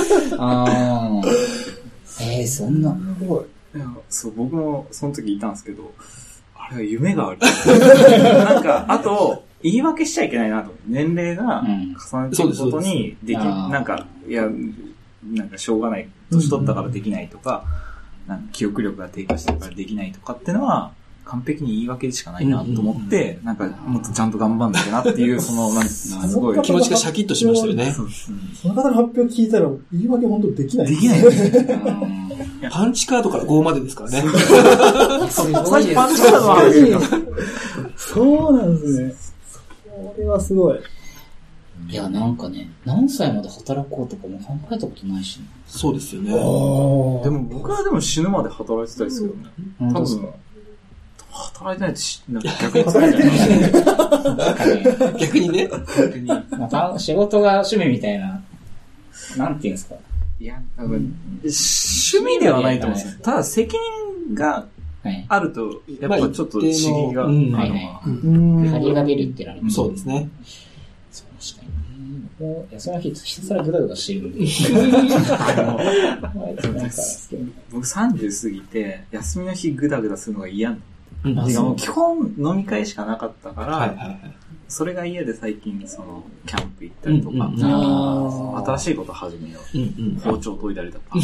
そんな。 そう、僕もその時いたんですけど、あれは夢がある。なんか、あと、言い訳しちゃいけないなと。年齢が重ねていくことにでき、なんか、なんかしょうがない。年取ったからできないとか、なんか記憶力が低下してるからできないとかっていうのは、完璧に言い訳でしかないなと思って、なんかもっとちゃんと頑張んなきゃなっていう、すごい気持ちがシャキッとしましたよね。 その方の発表聞いたら、言い訳本当できない。 できないですね。 パンチカードからGoまでですからね。 すごいパンチカードはある。 そうなんですね。これはすごい。 いや、なんかね、何歳まで働こうとかも考えたことないしね。 そうですよね。 でも僕はでも死ぬまで働いてたいですけどね。多分、働いてないと逆に疲れちゃう。 逆にね。 逆に。まあ、仕事が趣味みたいな、なんていうんですか。 いや、多分、趣味ではないと思うんですよ。ただ責任があると、やっぱちょっと刺激があるのは。 張りが出るってなります。 そうですね。 確かにね。休みの日ひたすらグダグダしてるんで。 僕30過ぎて、休みの日グダグダするのが嫌なの。基本飲み会しかなかったから、それが家で最近キャンプ行ったりとか、新しいこと始めよう。包丁研いだりとか。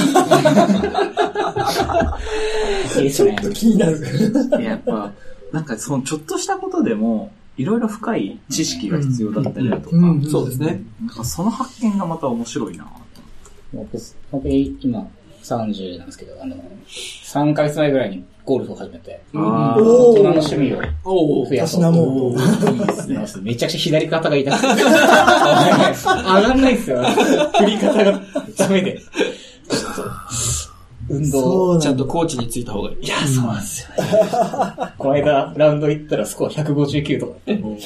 ちょっと気になる。 やっぱ、なんかちょっとしたことでも、いろいろ深い知識が必要だったりだとか、 そうですね。 その発見がまた面白いな。 僕今30なんですけど、3ヶ月前ぐらいにゴルフを始めて、大人の趣味を増やそうと。いいですね。めちゃくちゃ左肩が痛くて。上がんないですよ。振り方がダメで。ちょっと、運動ちゃんとコーチについた方がいい。 いや、そうなんですよ。この間、ラウンド行ったらスコア159とか。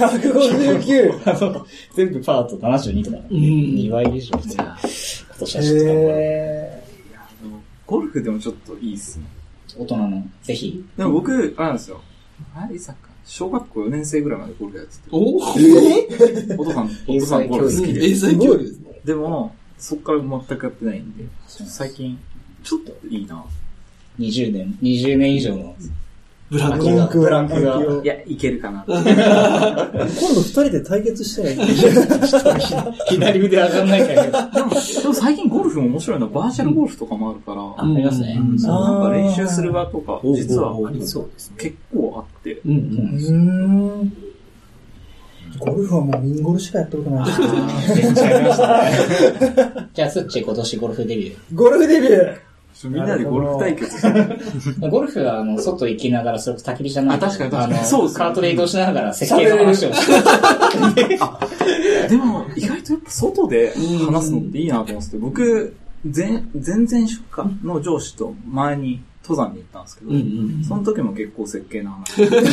159! 全部パート72とか。2倍以上で。今年はしてゴルフでもちょっといいっすね。 大人の、ぜひ。 でも僕、あるんですよ。小学校4年生ぐらいまでゴルフやってて。お父さんゴルフ好きで。 英才教育ですね。 でも、そっから全くやってないんで、最近、ちょっといいな。 20年以上のブランクが。 いや、いけるかな。 今度2人で対決したらいい。 左腕上がんないから。 でも最近ゴルフも面白いのはバーチャルゴルフとかもあるから。 ありますね。 なんか練習する場とか、実は結構あって。 ゴルフはもうミンゴルしかやったことない。 めっちゃやりましたね。じゃあ、スッチ今年ゴルフデビュー。 ゴルフデビューみんなでゴルフ対決ゴルフは、外行きながら、それこそ焚き火じゃない。 確かに。 そう、カートで移動しながら設計の話をして。 でも、意外とやっぱ外で話すのっていいなと思ってて、僕、前々週間の上司と前に登山に行ったんですけど、その時も結構設計の話。 今日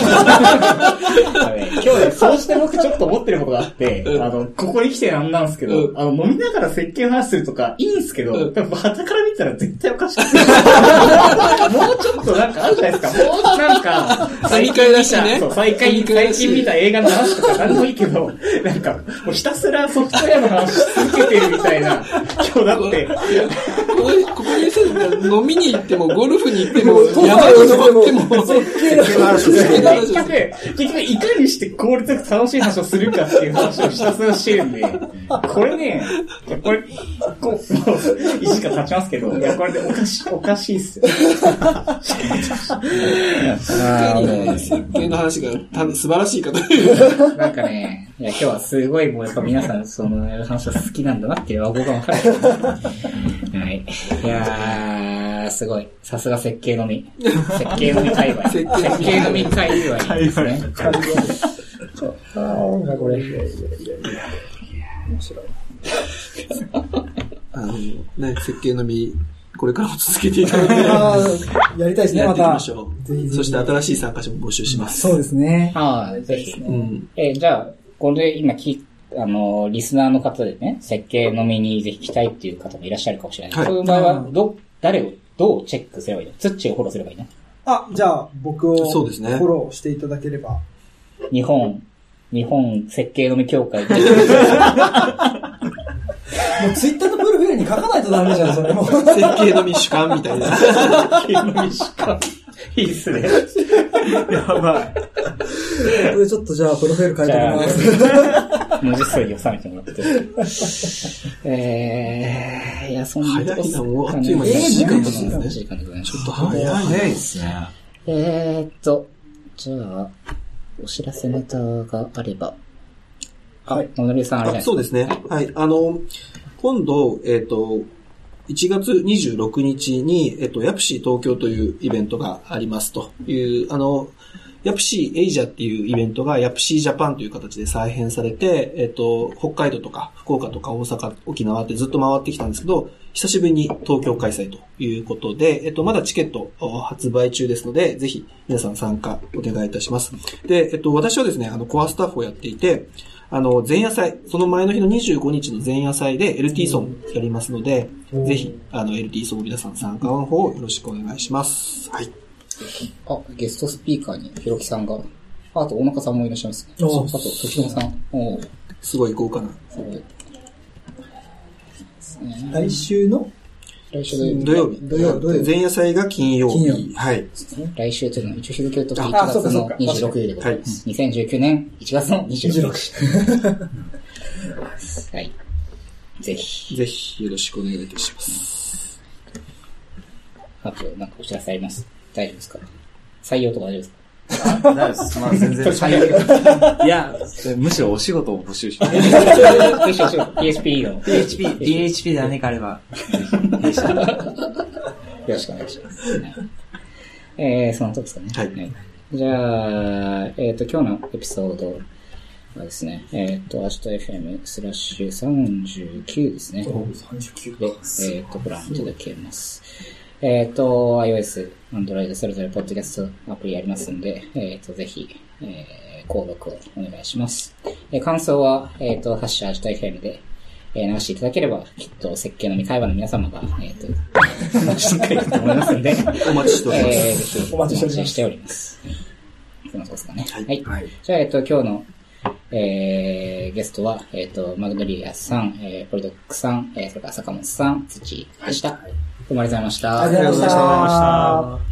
ね、そうして僕ちょっと思ってることがあって、ここに来てなんですけど、飲みながら設計の話するとかいいんですけど、多分旗から見たら絶対おかしくて。もうちょっとなんかあるじゃないですか。もうなんか、最近見た映画の話とか何でもいいけど、なんか、もうひたすらソフトウェアの話し続けてるみたいな、今日だって。 ここに飲みに行ってもゴルフに行っても山に登っても結局いかにして効率よく楽しい話をするかっていう話をひたすらしてるんで、これね、もう1時間経ちますけど、いや、これでおかしいっすよ。 設計の話が素晴らしいかとなんかね、いや、今日はすごいもうやっぱ皆さんその話が好きなんだなっていう和合がわかる。はい。いやー、すごい。さすが設計のみ。設計のみ界隈。設計のみ界隈ですね。これ。面白い。 設計のみ、これからも続けていただいて。 やりたいですね、また。 やっていきましょう。ぜひ。そして新しい参加者も募集します。 そうですね。 ぜひ。じゃあ、これ今リスナーの方でね、設計のみにぜひ来たいっていう方もいらっしゃるかもしれない。はい、そういう場合は、誰をどうチェックすればいいの？ツッチをフォローすればいいの？ じゃあ、僕をフォローしていただければ。 日本設計のみ協会。もうツイッターのプロフィールに書かないとダメじゃん、それも。 設計のみ主観みたいな。 設計のみ主観。いいっすね。やばい。 これちょっとじゃあ、プロフィール書いておきます。 文字数に収めてもらって。いや、そんなとこ早いな、もうあっという間に1時間ですね。 1時間でございます。 ちょっと早いですね。 じゃあ、お知らせネタがあれば。はい。野々さんあれじゃないですか。 そうですね。はい。今度、1月26日に、ヤプシー東京というイベントがありますという、ヤプシーエイジャっていうイベントがヤプシージャパンという形で再編されて、北海道とか福岡とか大阪、沖縄ってずっと回ってきたんですけど、久しぶりに東京開催ということで、まだチケット発売中ですので、ぜひ皆さん参加お願いいたします。で、私はですね、コアスタッフをやっていて、前夜祭、その前の日の25日の前夜祭で LT ソンやりますので、ぜひ、LT ソン皆さん参加の方をよろしくお願いします。はい。 ゲストスピーカーにひろきさんが、あと大中さんもいらっしゃいますね。あと時野さん。 すごい豪華な。 来週土曜日。前夜祭が金曜日。はい。 来週というのは一応日付として1月の26日でございます。2019年1月の26日。はい。ぜひよろしくお願いいたします。 あと、なんかお知らせあります？大丈夫ですか？採用とか大丈夫ですか？ 大丈夫です。まあ全然採用。いや、むしろお仕事を募集します。 PHP の。 PHP で何かあれば。 よろしくお願いします。そのとこですかね。 はい。 じゃあ、今日のエピソードはですね、明日 FM/39 ですね。 39 で、ご覧いただけます。iOS、Android それぞれポッドキャストアプリありますんで、ぜひ、購読をお願いします。感想は、ハッシュFM で、流していただければ、きっと設計のみ会話の皆様が、しっかりと思いますんで、 お待ちしております。 ぜひ、お待ちしております。そんなとこですかね。 はい。 じゃあ、今日の、 ゲストは、マグノリアさん、ポリドックさん、それから坂本さん、土でした。どうもありがとうございました。 ありがとうございました。